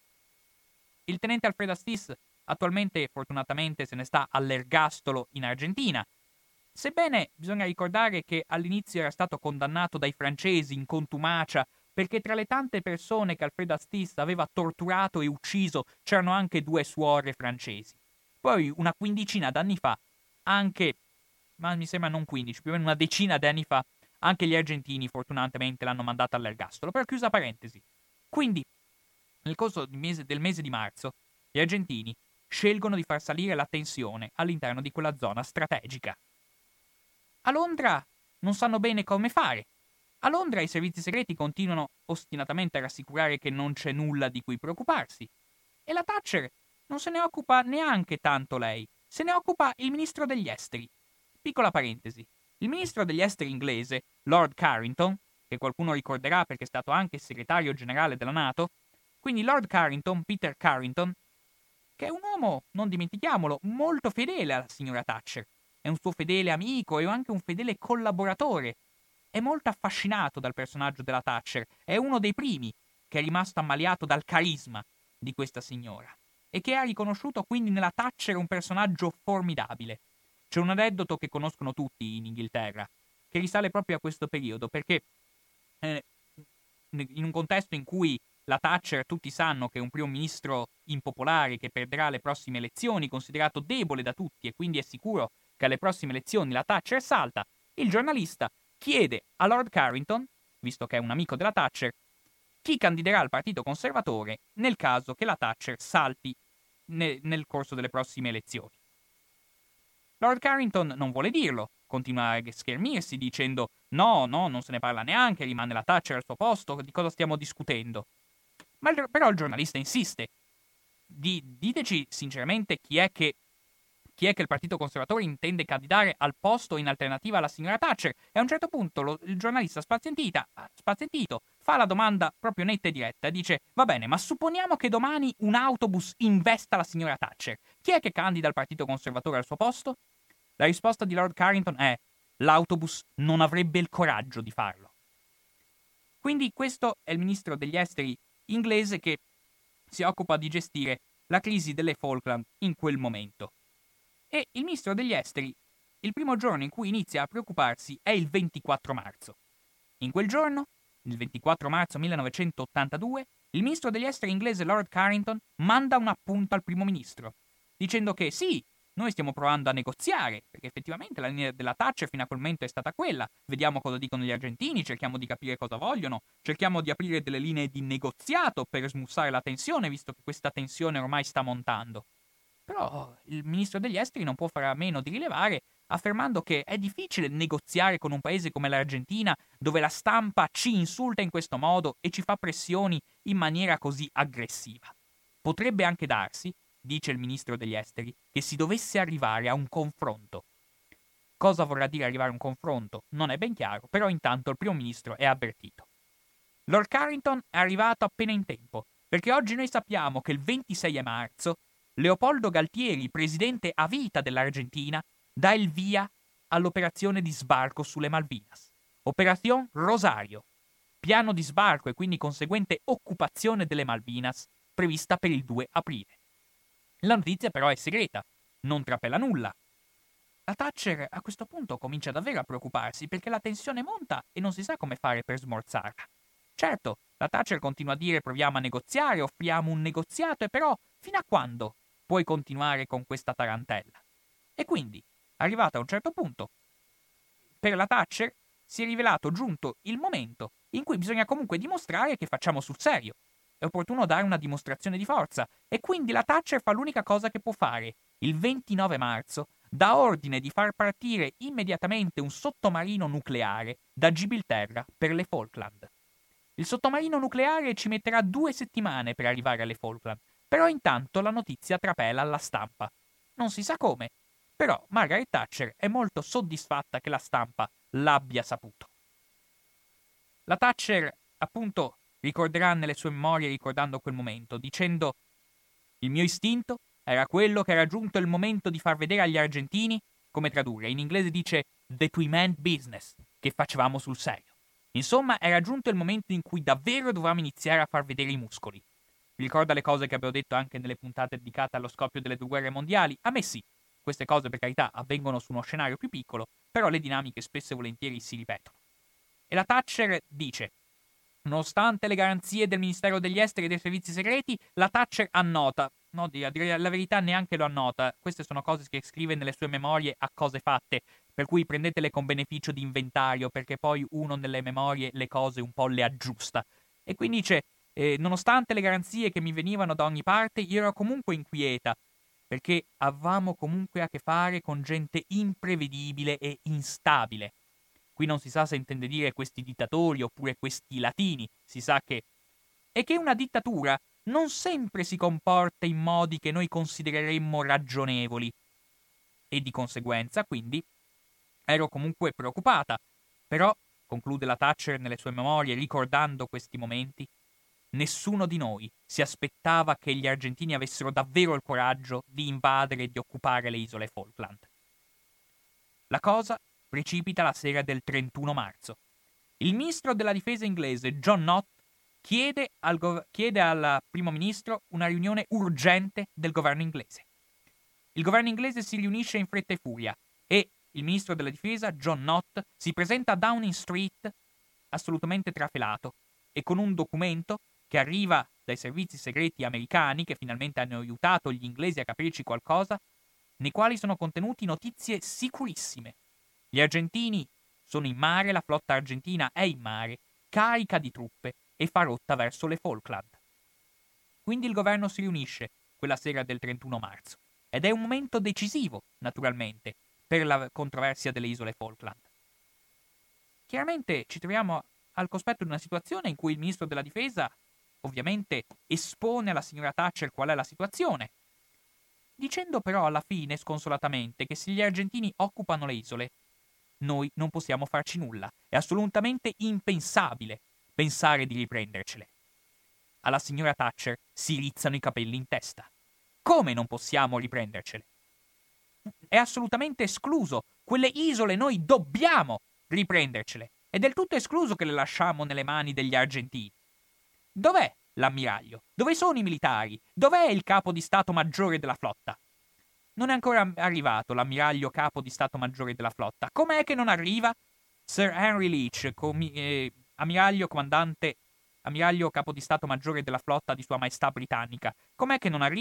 Il tenente Alfredo Astiz attualmente, fortunatamente, se ne sta all'ergastolo in Argentina, sebbene bisogna ricordare che all'inizio era stato condannato dai francesi in contumacia perché tra le tante persone che Alfredo Astiz aveva torturato e ucciso c'erano anche due suore francesi. Poi, una quindicina d'anni fa, anche, ma mi sembra non quindici, più o meno una decina di anni fa, anche gli argentini fortunatamente l'hanno mandato all'ergastolo. Però chiusa parentesi. Quindi, nel corso del mese, del mese di marzo, gli argentini scelgono di far salire la tensione all'interno di quella zona strategica. A Londra non sanno bene come fare. A Londra i servizi segreti continuano ostinatamente a rassicurare che non c'è nulla di cui preoccuparsi. E la Thatcher non se ne occupa neanche tanto lei, se ne occupa il ministro degli esteri. Piccola parentesi. Il ministro degli esteri inglese, Lord Carrington, che qualcuno ricorderà perché è stato anche segretario generale della NATO, quindi Lord Carrington, Peter Carrington, che è un uomo, non dimentichiamolo, molto fedele alla signora Thatcher. È un suo fedele amico e anche un fedele collaboratore. È molto affascinato dal personaggio della Thatcher. È uno dei primi che è rimasto ammaliato dal carisma di questa signora e che ha riconosciuto quindi nella Thatcher un personaggio formidabile. C'è un aneddoto che conoscono tutti in Inghilterra, che risale proprio a questo periodo, perché eh, in un contesto in cui la Thatcher tutti sanno che è un primo ministro impopolare che perderà le prossime elezioni, considerato debole da tutti e quindi è sicuro che alle prossime elezioni la Thatcher salta, il giornalista chiede a Lord Carrington, visto che è un amico della Thatcher, chi candiderà al Partito Conservatore nel caso che la Thatcher salti ne- nel corso delle prossime elezioni. Lord Carrington non vuole dirlo, continua a schermirsi dicendo no, no, non se ne parla neanche, rimane la Thatcher al suo posto, di cosa stiamo discutendo? Ma il, però il giornalista insiste. Di, diteci sinceramente chi è che chi è che il Partito Conservatore intende candidare al posto in alternativa alla signora Thatcher. E a un certo punto lo, il giornalista spazientito fa la domanda proprio netta e diretta. Dice, va bene, ma supponiamo che domani un autobus investa la signora Thatcher. Chi è che candida il Partito Conservatore al suo posto? La risposta di Lord Carrington è, l'autobus non avrebbe il coraggio di farlo. Quindi questo è il ministro degli esteri inglese che si occupa di gestire la crisi delle Falkland in quel momento. E il ministro degli esteri, il primo giorno in cui inizia a preoccuparsi è il ventiquattro marzo. In quel giorno, il ventiquattro marzo millenovecentottantadue, il ministro degli esteri inglese Lord Carrington manda un appunto al primo ministro, dicendo che sì, Noi stiamo provando a negoziare, perché effettivamente la linea della Thatcher fino a quel momento è stata quella. Vediamo cosa dicono gli argentini, cerchiamo di capire cosa vogliono, cerchiamo di aprire delle linee di negoziato per smussare la tensione, visto che questa tensione ormai sta montando. Però il ministro degli esteri non può fare a meno di rilevare, affermando che è difficile negoziare con un paese come l'Argentina, dove la stampa ci insulta in questo modo e ci fa pressioni in maniera così aggressiva. Potrebbe anche darsi, dice il ministro degli esteri, che si dovesse arrivare a un confronto. Cosa vorrà dire arrivare a un confronto? Non è ben chiaro, però intanto il primo ministro è avvertito. Lord Carrington è arrivato appena in tempo, perché oggi noi sappiamo che il ventisei marzo Leopoldo Galtieri, presidente a vita dell'Argentina, dà il via all'operazione di sbarco sulle Malvinas. Operazione Rosario. Piano di sbarco e quindi conseguente occupazione delle Malvinas prevista per il due aprile. La notizia però è segreta, non trapela nulla. La Thatcher a questo punto comincia davvero a preoccuparsi perché la tensione monta e non si sa come fare per smorzarla. Certo, la Thatcher continua a dire proviamo a negoziare, offriamo un negoziato e però fino a quando puoi continuare con questa tarantella? E quindi, arrivata a un certo punto, per la Thatcher si è rivelato giunto il momento in cui bisogna comunque dimostrare che facciamo sul serio. È opportuno dare una dimostrazione di forza e quindi la Thatcher fa l'unica cosa che può fare. Il ventinove marzo dà ordine di far partire immediatamente un sottomarino nucleare da Gibilterra per le Falkland. Il sottomarino nucleare ci metterà due settimane per arrivare alle Falkland, però intanto la notizia trapela alla stampa. Non si sa come, però Margaret Thatcher è molto soddisfatta che la stampa l'abbia saputo. La Thatcher, appunto, ricorderà nelle sue memorie ricordando quel momento, dicendo «Il mio istinto era quello che era giunto il momento di far vedere agli argentini, come tradurre, in inglese dice «that we meant business», che facevamo sul serio. Insomma, era giunto il momento in cui davvero dovevamo iniziare a far vedere i muscoli. Vi ricorda le cose che abbiamo detto anche nelle puntate dedicate allo scoppio delle due guerre mondiali? A me sì. Queste cose, per carità, avvengono su uno scenario più piccolo, però le dinamiche spesso e volentieri si ripetono. E la Thatcher dice: nonostante le garanzie del Ministero degli Esteri e dei servizi segreti, la Thatcher annota, no, a dire la verità neanche lo annota, queste sono cose che scrive nelle sue memorie a cose fatte, per cui prendetele con beneficio di inventario, perché poi uno nelle memorie le cose un po' le aggiusta. E quindi dice: eh, nonostante le garanzie che mi venivano da ogni parte, io ero comunque inquieta, perché avevamo comunque a che fare con gente imprevedibile e instabile. Qui non si sa se intende dire questi dittatori oppure questi latini, si sa che... E che una dittatura non sempre si comporta in modi che noi considereremmo ragionevoli. E di conseguenza, quindi, ero comunque preoccupata. Però, conclude la Thatcher nelle sue memorie ricordando questi momenti, nessuno di noi si aspettava che gli argentini avessero davvero il coraggio di invadere e di occupare le isole Falkland. La cosa precipita la sera del trentuno marzo. Il ministro della difesa inglese John Nott chiede al, gov- chiede al primo ministro una riunione urgente del governo inglese. Il governo inglese si riunisce in fretta e furia e il ministro della difesa John Nott si presenta a Downing Street assolutamente trafelato e con un documento che arriva dai servizi segreti americani, che finalmente hanno aiutato gli inglesi a capirci qualcosa, nei quali sono contenuti notizie sicurissime. Gli argentini sono in mare, la flotta argentina è in mare, carica di truppe e fa rotta verso le Falkland. Quindi il governo si riunisce quella sera del trentuno marzo ed è un momento decisivo, naturalmente, per la controversia delle isole Falkland. Chiaramente ci troviamo al cospetto di una situazione in cui il ministro della difesa ovviamente espone alla signora Thatcher qual è la situazione, dicendo però alla fine sconsolatamente che se gli argentini occupano le isole, noi non possiamo farci nulla. È assolutamente impensabile pensare di riprendercele. Alla signora Thatcher si rizzano i capelli in testa. Come non possiamo riprendercele? È assolutamente escluso. Quelle isole noi dobbiamo riprendercele. È del tutto escluso che le lasciamo nelle mani degli argentini. Dov'è l'ammiraglio? Dove sono i militari? Dov'è il capo di Stato Maggiore della flotta? Non è ancora arrivato l'ammiraglio capo di Stato Maggiore della flotta. Com'è che non arriva? Sir Henry Leach, comi- eh, ammiraglio comandante, ammiraglio capo di Stato Maggiore della flotta di Sua Maestà Britannica. Com'è che non arriva?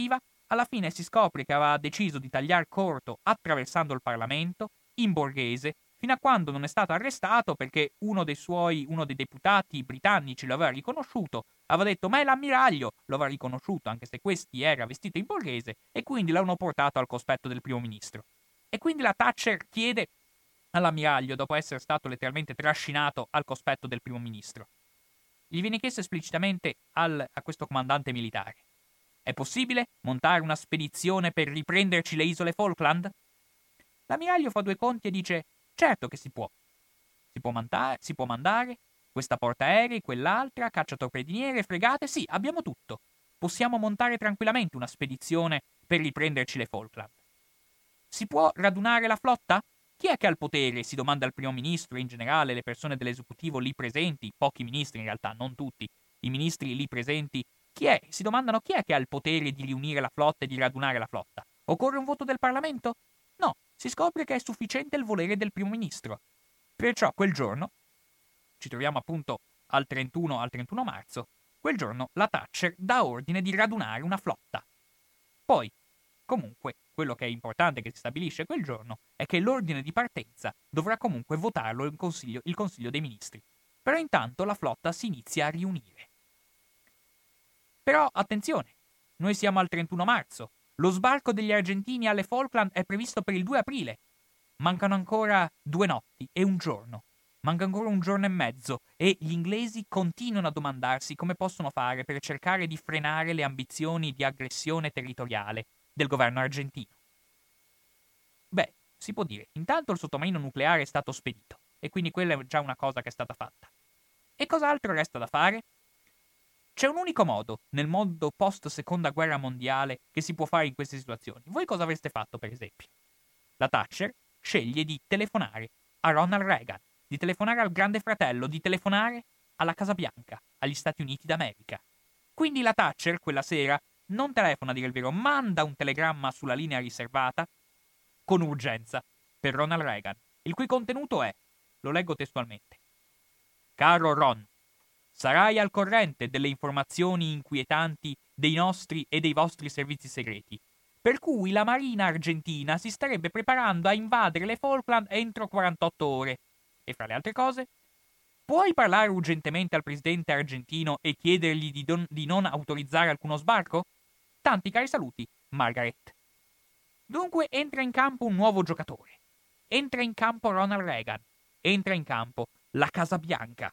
alla fine si scopre che aveva deciso di tagliar corto attraversando il Parlamento, in borghese, fino a quando non è stato arrestato perché uno dei suoi, uno dei deputati britannici lo aveva riconosciuto, aveva detto ma è l'ammiraglio, lo aveva riconosciuto anche se questi era vestito in borghese e quindi l'hanno portato al cospetto del primo ministro. E quindi la Thatcher chiede all'ammiraglio, dopo essere stato letteralmente trascinato al cospetto del primo ministro, gli viene chiesto esplicitamente al, a questo comandante militare: è possibile montare una spedizione per riprenderci le isole Falkland? L'ammiraglio fa due conti e dice: certo che si può. Si può, mandare, si può mandare questa portaerei, quell'altra, cacciatorpediniere, fregate, sì, abbiamo tutto. Possiamo montare tranquillamente una spedizione per riprenderci le Falkland. Si può radunare la flotta? Chi è che ha il potere? Si domanda il primo ministro e in generale le persone dell'esecutivo lì presenti, pochi ministri in realtà, non tutti, i ministri lì presenti. Chi è? Si domandano chi è che ha il potere di riunire la flotta e di radunare la flotta. Occorre un voto del Parlamento? No, si scopre che è sufficiente il volere del primo ministro. Perciò quel giorno, ci troviamo appunto al trentuno, al trentuno marzo, quel giorno la Thatcher dà ordine di radunare una flotta. Poi, comunque, quello che è importante che si stabilisce quel giorno è che l'ordine di partenza dovrà comunque votarlo il Consiglio, il Consiglio dei Ministri. Però intanto la flotta si inizia a riunire. Però attenzione, noi siamo al trentuno marzo, lo sbarco degli argentini alle Falkland è previsto per il due aprile. Mancano ancora due notti e un giorno. Manca ancora un giorno e mezzo e gli inglesi continuano a domandarsi come possono fare per cercare di frenare le ambizioni di aggressione territoriale del governo argentino. Beh, si può dire, intanto il sottomarino nucleare è stato spedito e quindi quella è già una cosa che è stata fatta. E cos'altro resta da fare? C'è un unico modo, nel mondo post seconda guerra mondiale, che si può fare in queste situazioni. Voi cosa avreste fatto, per esempio? La Thatcher sceglie di telefonare a Ronald Reagan, di telefonare al Grande Fratello, di telefonare alla Casa Bianca, agli Stati Uniti d'America. Quindi la Thatcher, quella sera, non telefona a dire il vero, manda un telegramma sulla linea riservata con urgenza per Ronald Reagan, il cui contenuto è, lo leggo testualmente: caro Ron, sarai al corrente delle informazioni inquietanti dei nostri e dei vostri servizi segreti, per cui la Marina argentina si starebbe preparando a invadere le Falkland entro quarantotto ore. E fra le altre cose, puoi parlare urgentemente al presidente argentino e chiedergli di, don- di non autorizzare alcuno sbarco? Tanti cari saluti, Margaret. Dunque entra in campo un nuovo giocatore. Entra in campo Ronald Reagan. Entra in campo la Casa Bianca.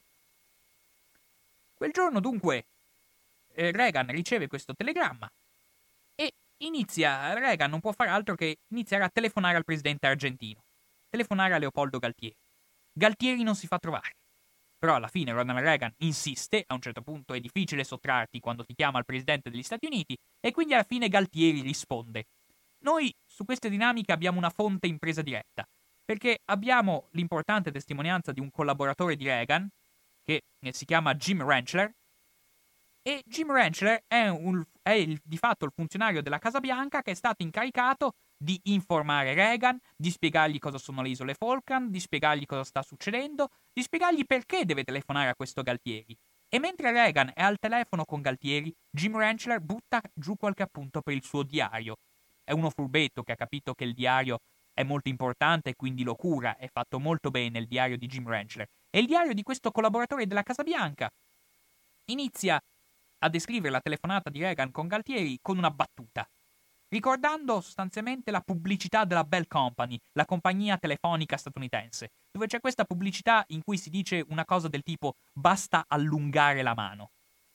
Quel giorno, dunque, eh, Reagan riceve questo telegramma e inizia, Reagan non può fare altro che iniziare a telefonare al presidente argentino. Telefonare a Leopoldo Galtieri. Galtieri non si fa trovare. Però alla fine Ronald Reagan insiste, a un certo punto è difficile sottrarti quando ti chiama il presidente degli Stati Uniti, e quindi alla fine Galtieri risponde. Noi su queste dinamiche abbiamo una fonte in presa diretta, perché abbiamo l'importante testimonianza di un collaboratore di Reagan, che si chiama Jim Ranchler, e Jim Ranchler è, un, è il, di fatto il funzionario della Casa Bianca che è stato incaricato di informare Reagan, di spiegargli cosa sono le isole Falkland, di spiegargli cosa sta succedendo, di spiegargli perché deve telefonare a questo Galtieri. E mentre Reagan è al telefono con Galtieri, Jim Ranchler butta giù qualche appunto per il suo diario. È uno furbetto che ha capito che il diario è molto importante e quindi lo cura, è fatto molto bene il diario di Jim Ranchler. E il diario di questo collaboratore della Casa Bianca inizia a descrivere la telefonata di Reagan con Galtieri con una battuta, ricordando sostanzialmente la pubblicità della Bell Company, la compagnia telefonica statunitense, dove c'è questa pubblicità in cui si dice una cosa del tipo basta allungare la mano.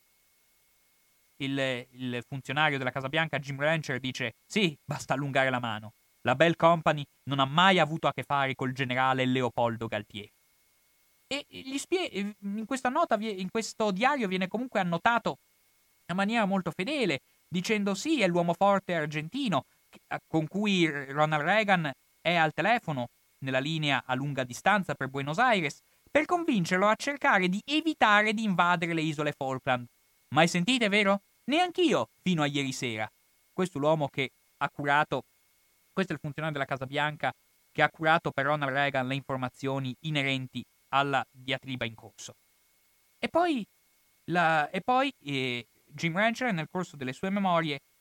Il, il funzionario della Casa Bianca, Jim Ranchler, dice sì, basta allungare la mano. La Bell Company non ha mai avuto a che fare col generale Leopoldo Galtieri. E gli spie- in questa nota, in questo diario viene comunque annotato in maniera molto fedele, dicendo sì, è l'uomo forte argentino con cui Ronald Reagan è al telefono nella linea a lunga distanza per Buenos Aires, per convincerlo a cercare di evitare di invadere le isole Falkland. Mai sentite, vero? Neanch'io, fino a ieri sera. Questo è l'uomo che ha curato, questo è il funzionario della Casa Bianca, che ha curato per Ronald Reagan le informazioni inerenti alla diatriba in corso. E poi, la, e poi eh, Jim Ranchler nel corso delle sue memorie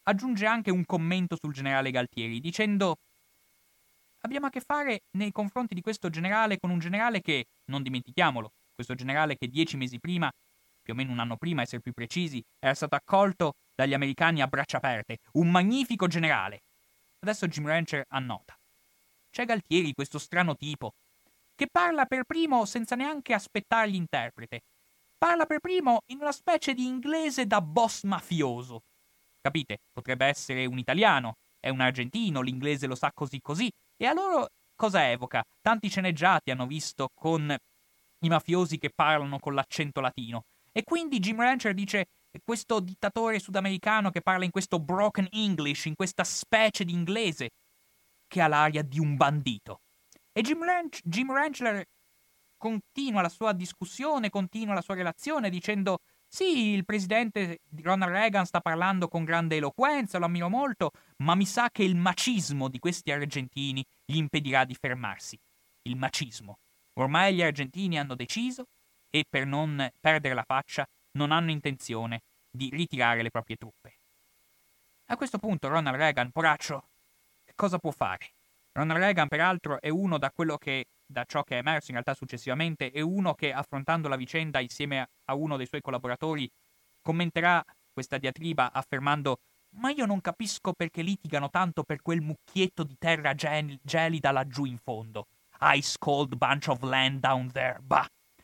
aggiunge anche un commento sul generale Galtieri, dicendo: abbiamo a che fare nei confronti di questo generale con un generale che, non dimentichiamolo, questo generale che dieci mesi prima, più o meno un anno prima, a essere più precisi, era stato accolto dagli americani a braccia aperte, un magnifico generale. Adesso Jim Rancher annota: c'è Galtieri, questo strano tipo, che parla per primo senza neanche aspettare l'interprete. Parla per primo in una specie di inglese da boss mafioso. Capite? Potrebbe essere un italiano, è un argentino, l'inglese lo sa così così. E a loro cosa evoca? Tanti sceneggiati hanno visto con i mafiosi che parlano con l'accento latino. E quindi Jim Rancher dice: questo dittatore sudamericano che parla in questo broken English, in questa specie di inglese, che ha l'aria di un bandito. E Jim, Ranch, Jim Rancher continua la sua discussione, continua la sua relazione dicendo: sì, il presidente Ronald Reagan sta parlando con grande eloquenza, lo ammiro molto, ma mi sa che il macismo di questi argentini gli impedirà di fermarsi. Il macismo. Ormai gli argentini hanno deciso e, per non perdere la faccia, non hanno intenzione di ritirare le proprie truppe. A questo punto Ronald Reagan, poraccio, cosa può fare? Ronald Reagan, peraltro, è uno da quello che, da ciò che è emerso in realtà successivamente, è uno che, affrontando la vicenda insieme a uno dei suoi collaboratori, commenterà questa diatriba affermando: ma io non capisco perché litigano tanto per quel mucchietto di terra gel- gelida laggiù in fondo. Ice cold bunch of land down there, bah!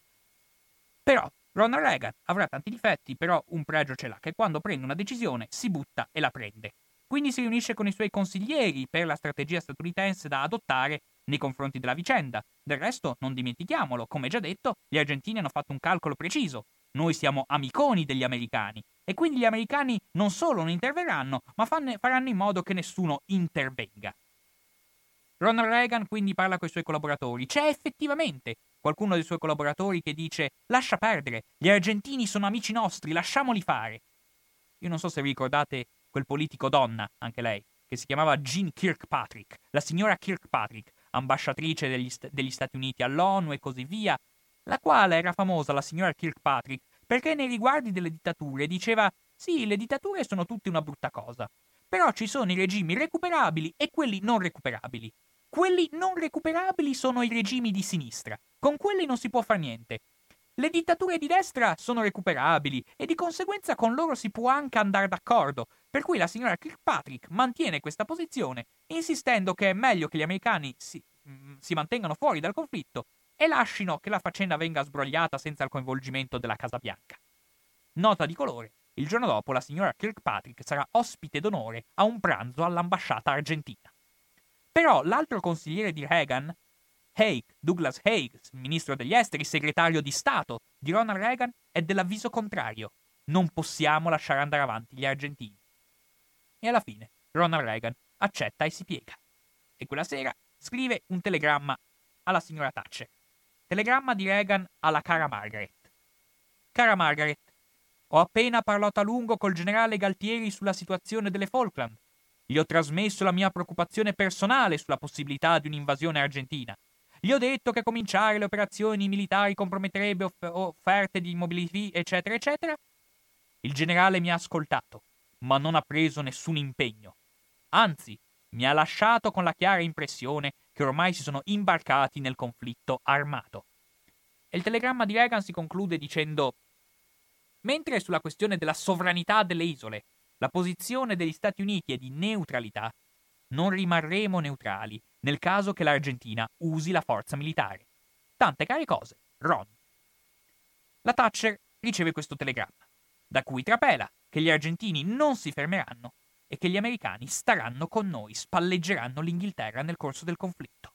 Però Ronald Reagan avrà tanti difetti, però un pregio ce l'ha, che quando prende una decisione si butta e la prende. Quindi si riunisce con i suoi consiglieri per la strategia statunitense da adottare nei confronti della vicenda. Del resto, non dimentichiamolo, come già detto, gli argentini hanno fatto un calcolo preciso. Noi siamo amiconi degli americani e quindi gli americani non solo non interverranno, ma fanne, faranno in modo che nessuno intervenga. Ronald Reagan quindi parla con i suoi collaboratori. C'è effettivamente qualcuno dei suoi collaboratori che dice: lascia perdere, gli argentini sono amici nostri, lasciamoli fare. Io non so se vi ricordate quel politico donna, anche lei, che si chiamava Jean Kirkpatrick, la signora Kirkpatrick, ambasciatrice degli, st- degli Stati Uniti all'ONU e così via, la quale era famosa, la signora Kirkpatrick, perché nei riguardi delle dittature diceva: sì, le dittature sono tutte una brutta cosa, però ci sono i regimi recuperabili e quelli non recuperabili. Quelli non recuperabili sono i regimi di sinistra, con quelli non si può fare niente. Le dittature di destra sono recuperabili e di conseguenza con loro si può anche andare d'accordo, per cui la signora Kirkpatrick mantiene questa posizione, insistendo che è meglio che gli americani si, mm, si mantengano fuori dal conflitto e lasciano che la faccenda venga sbrogliata senza il coinvolgimento della Casa Bianca. Nota di colore: il giorno dopo la signora Kirkpatrick sarà ospite d'onore a un pranzo all'ambasciata argentina. Però l'altro consigliere di Reagan, Haig, Douglas Haig, ministro degli esteri, segretario di Stato di Ronald Reagan, è dell'avviso contrario. Non possiamo lasciare andare avanti gli argentini. E alla fine Ronald Reagan accetta e si piega. E quella sera scrive un telegramma alla signora Thatcher. Telegramma di Reagan alla cara Margaret. Cara Margaret, ho appena parlato a lungo col generale Galtieri sulla situazione delle Falkland. Gli ho trasmesso la mia preoccupazione personale sulla possibilità di un'invasione argentina. Gli ho detto che cominciare le operazioni militari comprometterebbe off- offerte di immobiliari, eccetera, eccetera. Il generale mi ha ascoltato, ma non ha preso nessun impegno. Anzi, mi ha lasciato con la chiara impressione che ormai si sono imbarcati nel conflitto armato. E il telegramma di Reagan si conclude dicendo: mentre sulla questione della sovranità delle isole la posizione degli Stati Uniti è di neutralità, non rimarremo neutrali nel caso che l'Argentina usi la forza militare. Tante care cose, Ron. La Thatcher riceve questo telegramma, da cui trapela che gli argentini non si fermeranno e che gli americani staranno con noi, spalleggeranno l'Inghilterra nel corso del conflitto.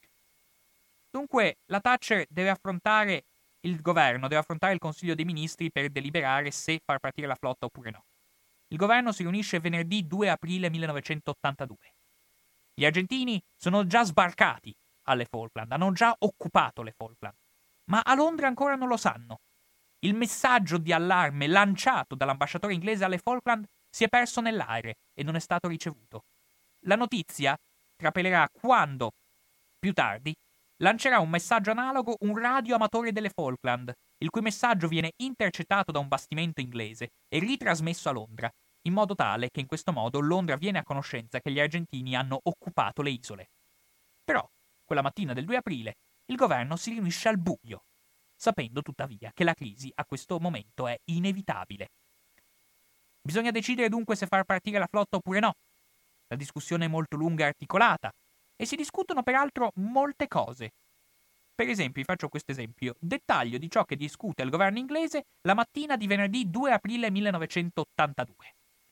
Dunque, la Thatcher deve affrontare il governo, deve affrontare il Consiglio dei Ministri per deliberare se far partire la flotta oppure no. Il governo si riunisce venerdì due aprile millenovecentottantadue. Gli argentini sono già sbarcati alle Falkland, hanno già occupato le Falkland, ma a Londra ancora non lo sanno. Il messaggio di allarme lanciato dall'ambasciatore inglese alle Falkland si è perso nell'aria e non è stato ricevuto. La notizia trapelerà quando, più tardi, lancerà un messaggio analogo un radioamatore delle Falkland, il cui messaggio viene intercettato da un bastimento inglese e ritrasmesso a Londra, in modo tale che in questo modo Londra viene a conoscenza che gli argentini hanno occupato le isole. Però, quella mattina del due aprile, il governo si riunisce al buio, sapendo tuttavia che la crisi a questo momento è inevitabile. Bisogna decidere dunque se far partire la flotta oppure no. La discussione è molto lunga e articolata, e si discutono peraltro molte cose. Per esempio, vi faccio questo esempio, dettaglio di ciò che discute il governo inglese la mattina di venerdì due aprile millenovecentottantadue.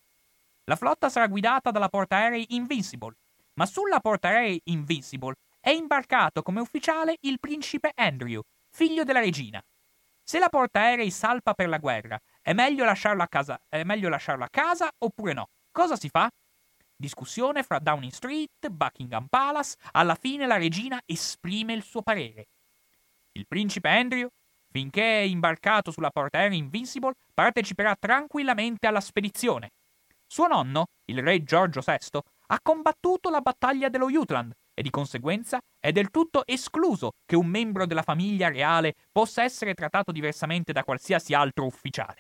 La flotta sarà guidata dalla portaerei Invincible, ma sulla portaerei Invincible è imbarcato come ufficiale il principe Andrew, figlio della regina. Se la portaerei salpa per la guerra, è meglio lasciarlo a casa, è meglio lasciarlo a casa oppure no? Cosa si fa? Discussione fra Downing Street, Buckingham Palace, alla fine la regina esprime il suo parere. Il principe Andrew, finché è imbarcato sulla portaerei Invincible, parteciperà tranquillamente alla spedizione. Suo nonno, il re Giorgio sesto, ha combattuto la battaglia dello Jutland e di conseguenza è del tutto escluso che un membro della famiglia reale possa essere trattato diversamente da qualsiasi altro ufficiale.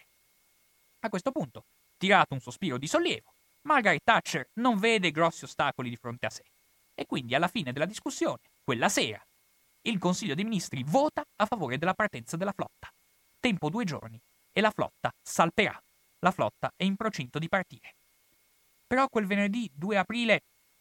A questo punto, tirato un sospiro di sollievo, Margaret Thatcher non vede grossi ostacoli di fronte a sé e quindi alla fine della discussione, quella sera, il Consiglio dei Ministri vota a favore della partenza della flotta. Tempo due giorni e la flotta salperà. La flotta è in procinto di partire. Però quel venerdì due aprile,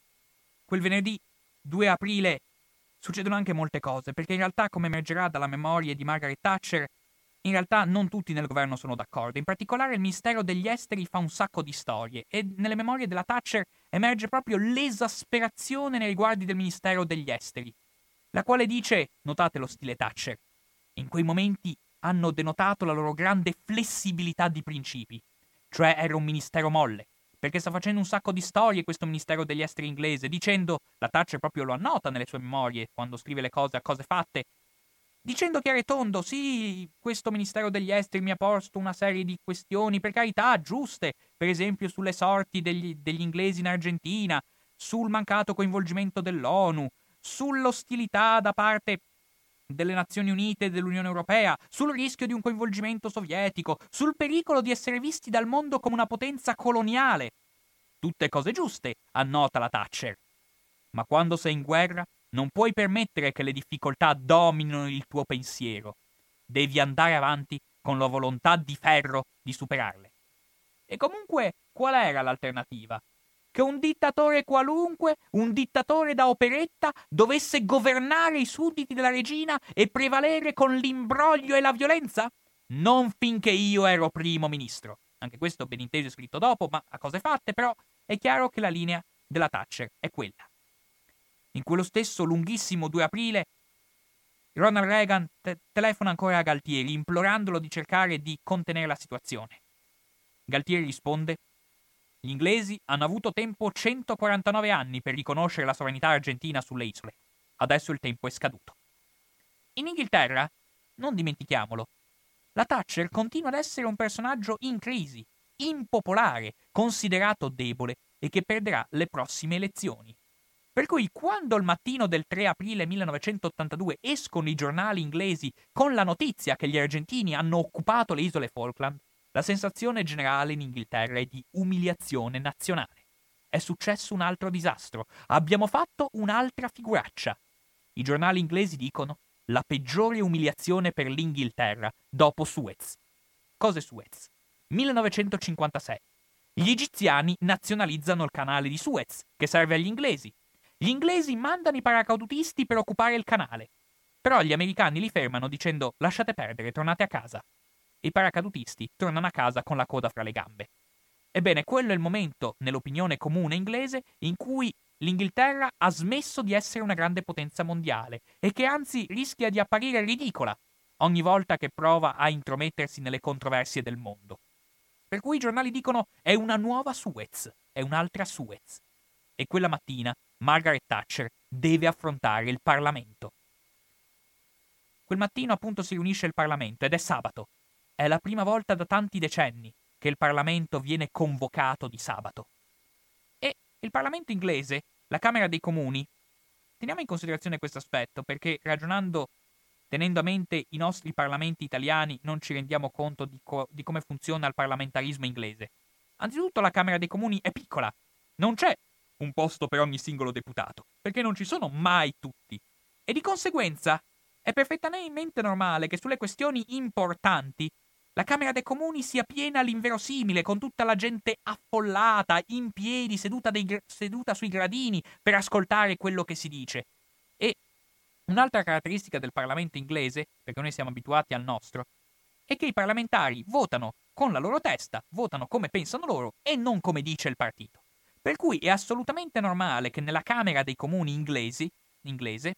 quel venerdì due aprile succedono anche molte cose, perché in realtà, come emergerà dalla memoria di Margaret Thatcher, in realtà non tutti nel governo sono d'accordo. In particolare il Ministero degli Esteri fa un sacco di storie e nelle memorie della Thatcher emerge proprio l'esasperazione nei riguardi del Ministero degli Esteri, la quale dice, notate lo stile Thatcher, in quei momenti hanno denotato la loro grande flessibilità di principi, cioè era un ministero molle, perché sta facendo un sacco di storie questo Ministero degli Esteri inglese, dicendo, la Thatcher proprio lo annota nelle sue memorie, quando scrive le cose a cose fatte, dicendo chiaro e tondo, sì, questo Ministero degli Esteri mi ha posto una serie di questioni, per carità, giuste, per esempio sulle sorti degli, degli inglesi in Argentina, sul mancato coinvolgimento dell'ONU, sull'ostilità da parte delle Nazioni Unite e dell'Unione Europea, sul rischio di un coinvolgimento sovietico, sul pericolo di essere visti dal mondo come una potenza coloniale. Tutte cose giuste, annota la Thatcher. Ma quando sei in guerra, non puoi permettere che le difficoltà dominino il tuo pensiero. Devi andare avanti con la volontà di ferro di superarle. E comunque, qual era l'alternativa? Che un dittatore qualunque, un dittatore da operetta, dovesse governare i sudditi della regina e prevalere con l'imbroglio e la violenza? Non finché io ero primo ministro. Anche questo ben inteso è scritto dopo, ma a cose fatte, però è chiaro che la linea della Thatcher è quella. In quello stesso lunghissimo due aprile, Ronald Reagan te- telefona ancora a Galtieri, implorandolo di cercare di contenere la situazione. Galtieri risponde: gli inglesi hanno avuto tempo centoquarantanove anni per riconoscere la sovranità argentina sulle isole. Adesso il tempo è scaduto. In Inghilterra, non dimentichiamolo, la Thatcher continua ad essere un personaggio in crisi, impopolare, considerato debole e che perderà le prossime elezioni. Per cui quando il mattino del tre aprile millenovecentottantadue escono i giornali inglesi con la notizia che gli argentini hanno occupato le isole Falkland, la sensazione generale in Inghilterra è di umiliazione nazionale. È successo un altro disastro. Abbiamo fatto un'altra figuraccia. I giornali inglesi dicono la peggiore umiliazione per l'Inghilterra dopo Suez. Cos'è Suez? millenovecentocinquantasei. Gli egiziani nazionalizzano il canale di Suez, che serve agli inglesi. Gli inglesi mandano i paracadutisti per occupare il canale. Però gli americani li fermano dicendo lasciate perdere, tornate a casa. I paracadutisti tornano a casa con la coda fra le gambe. Ebbene, quello è il momento, nell'opinione comune inglese, in cui l'Inghilterra ha smesso di essere una grande potenza mondiale e che anzi rischia di apparire ridicola ogni volta che prova a intromettersi nelle controversie del mondo. Per cui i giornali dicono è una nuova Suez, è un'altra Suez. E quella mattina Margaret Thatcher deve affrontare il Parlamento. Quel mattino appunto si riunisce il Parlamento ed è sabato. È la prima volta da tanti decenni che il Parlamento viene convocato di sabato. E il Parlamento inglese, la Camera dei Comuni, teniamo in considerazione questo aspetto perché ragionando, tenendo a mente i nostri parlamenti italiani, non ci rendiamo conto di, co- di come funziona il parlamentarismo inglese. Anzitutto la Camera dei Comuni è piccola, non c'è un posto per ogni singolo deputato, perché non ci sono mai tutti. E di conseguenza è perfettamente normale che sulle questioni importanti la Camera dei Comuni sia piena all'inverosimile, con tutta la gente affollata, in piedi, seduta, dei, seduta sui gradini per ascoltare quello che si dice. E un'altra caratteristica del Parlamento inglese, perché noi siamo abituati al nostro, è che i parlamentari votano con la loro testa, votano come pensano loro e non come dice il partito. Per cui è assolutamente normale che nella Camera dei Comuni inglesi, inglese,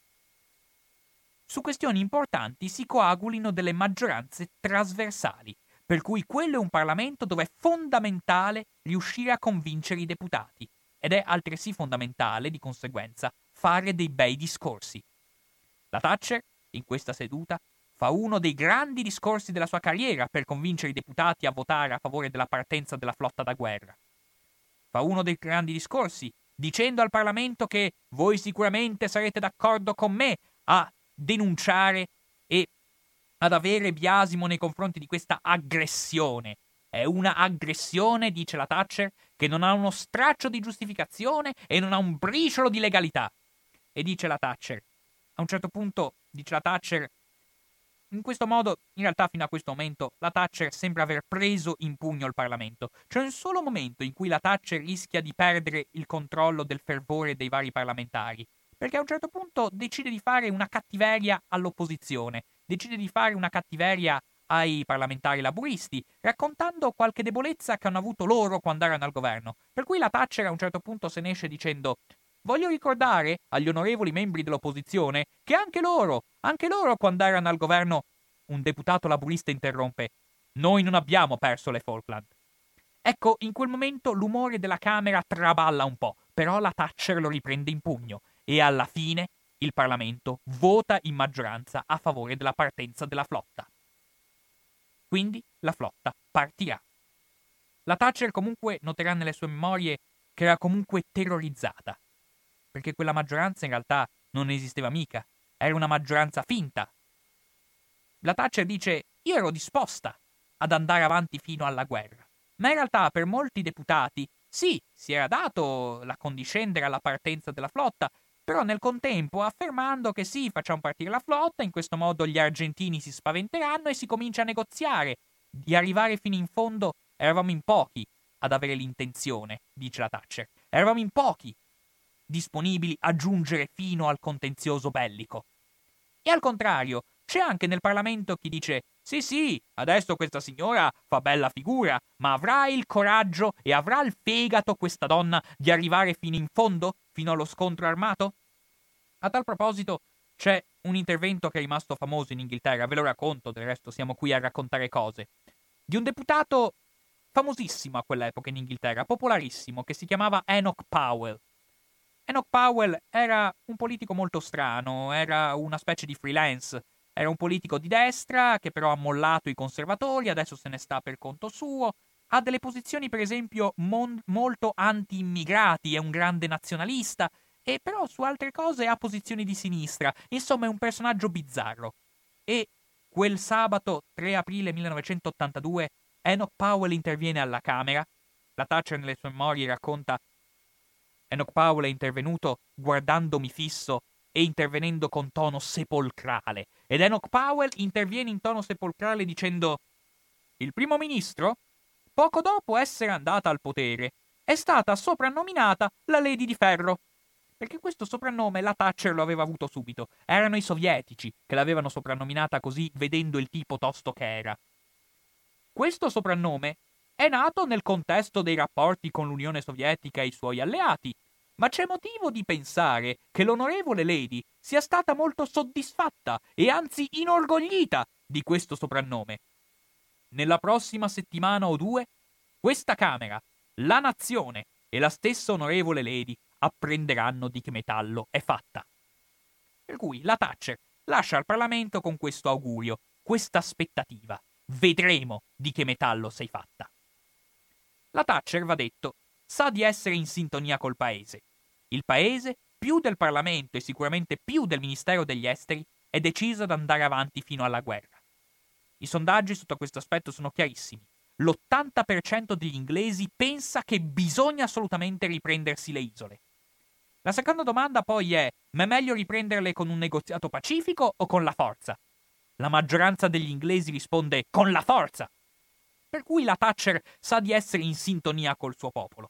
su questioni importanti si coagulino delle maggioranze trasversali, per cui quello è un Parlamento dove è fondamentale riuscire a convincere i deputati, ed è altresì fondamentale, di conseguenza, fare dei bei discorsi. La Thatcher, in questa seduta, fa uno dei grandi discorsi della sua carriera per convincere i deputati a votare a favore della partenza della flotta da guerra. Fa uno dei grandi discorsi, dicendo al Parlamento che voi sicuramente sarete d'accordo con me a denunciare e ad avere biasimo nei confronti di questa aggressione. È una aggressione, dice la Thatcher, che non ha uno straccio di giustificazione e non ha un briciolo di legalità. E dice la Thatcher, a un certo punto, dice la Thatcher, in questo modo, in realtà fino a questo momento, la Thatcher sembra aver preso in pugno il Parlamento. C'è un solo momento in cui la Thatcher rischia di perdere il controllo del fervore dei vari parlamentari, perché a un certo punto decide di fare una cattiveria all'opposizione, decide di fare una cattiveria ai parlamentari laburisti, raccontando qualche debolezza che hanno avuto loro quando erano al governo. Per cui la Thatcher a un certo punto se ne esce dicendo: voglio ricordare agli onorevoli membri dell'opposizione che anche loro, anche loro quando erano al governo... Un deputato laburista interrompe: noi non abbiamo perso le Falkland. Ecco, in quel momento l'umore della Camera traballa un po', però la Thatcher lo riprende in pugno e alla fine il Parlamento vota in maggioranza a favore della partenza della flotta. Quindi la flotta partirà. La Thatcher comunque noterà nelle sue memorie che era comunque terrorizzata, perché quella maggioranza in realtà non esisteva mica, era una maggioranza finta. La Thatcher dice: io ero disposta ad andare avanti fino alla guerra, ma in realtà per molti deputati sì, si era dato l'accondiscendere alla partenza della flotta, però nel contempo affermando che sì, facciamo partire la flotta, in questo modo gli argentini si spaventeranno e si comincia a negoziare. Di arrivare fino in fondo eravamo in pochi ad avere l'intenzione, dice la Thatcher. Eravamo in pochi disponibili a giungere fino al contenzioso bellico. E al contrario, c'è anche nel Parlamento chi dice: sì, sì, adesso questa signora fa bella figura, ma avrà il coraggio e avrà il fegato questa donna di arrivare fino in fondo, fino allo scontro armato? A tal proposito c'è un intervento che è rimasto famoso in Inghilterra, ve lo racconto, del resto siamo qui a raccontare cose, di un deputato famosissimo a quell'epoca in Inghilterra, popolarissimo, che si chiamava Enoch Powell. Enoch Powell era un politico molto strano, era una specie di freelance, era un politico di destra che però ha mollato i conservatori, adesso se ne sta per conto suo, ha delle posizioni per esempio mon- molto anti-immigrati, è un grande nazionalista, e però su altre cose ha posizioni di sinistra, insomma è un personaggio bizzarro. E quel sabato tre aprile millenovecentottantadue Enoch Powell interviene alla Camera, la Thatcher nelle sue memorie racconta: Enoch Powell è intervenuto guardandomi fisso e intervenendo con tono sepolcrale. Ed Enoch Powell interviene in tono sepolcrale dicendo: il primo ministro, poco dopo essere andata al potere, è stata soprannominata la Lady di Ferro. Perché questo soprannome la Thatcher lo aveva avuto subito. Erano i sovietici che l'avevano soprannominata così, vedendo il tipo tosto che era. Questo soprannome è nato nel contesto dei rapporti con l'Unione Sovietica e i suoi alleati, ma c'è motivo di pensare che l'onorevole Lady sia stata molto soddisfatta e anzi inorgoglita di questo soprannome. Nella prossima settimana o due, questa Camera, la nazione e la stessa onorevole Lady apprenderanno di che metallo è fatta. Per cui la Thatcher lascia il Parlamento con questo augurio, questa aspettativa. Vedremo di che metallo sei fatta. La Thatcher, va detto, sa di essere in sintonia col paese. Il paese, più del Parlamento e sicuramente più del Ministero degli Esteri, è deciso ad andare avanti fino alla guerra. I sondaggi sotto questo aspetto sono chiarissimi. l'ottanta per cento degli inglesi pensa che bisogna assolutamente riprendersi le isole. La seconda domanda poi è: ma è meglio riprenderle con un negoziato pacifico o con la forza? La maggioranza degli inglesi risponde con la forza. Per cui la Thatcher sa di essere in sintonia col suo popolo.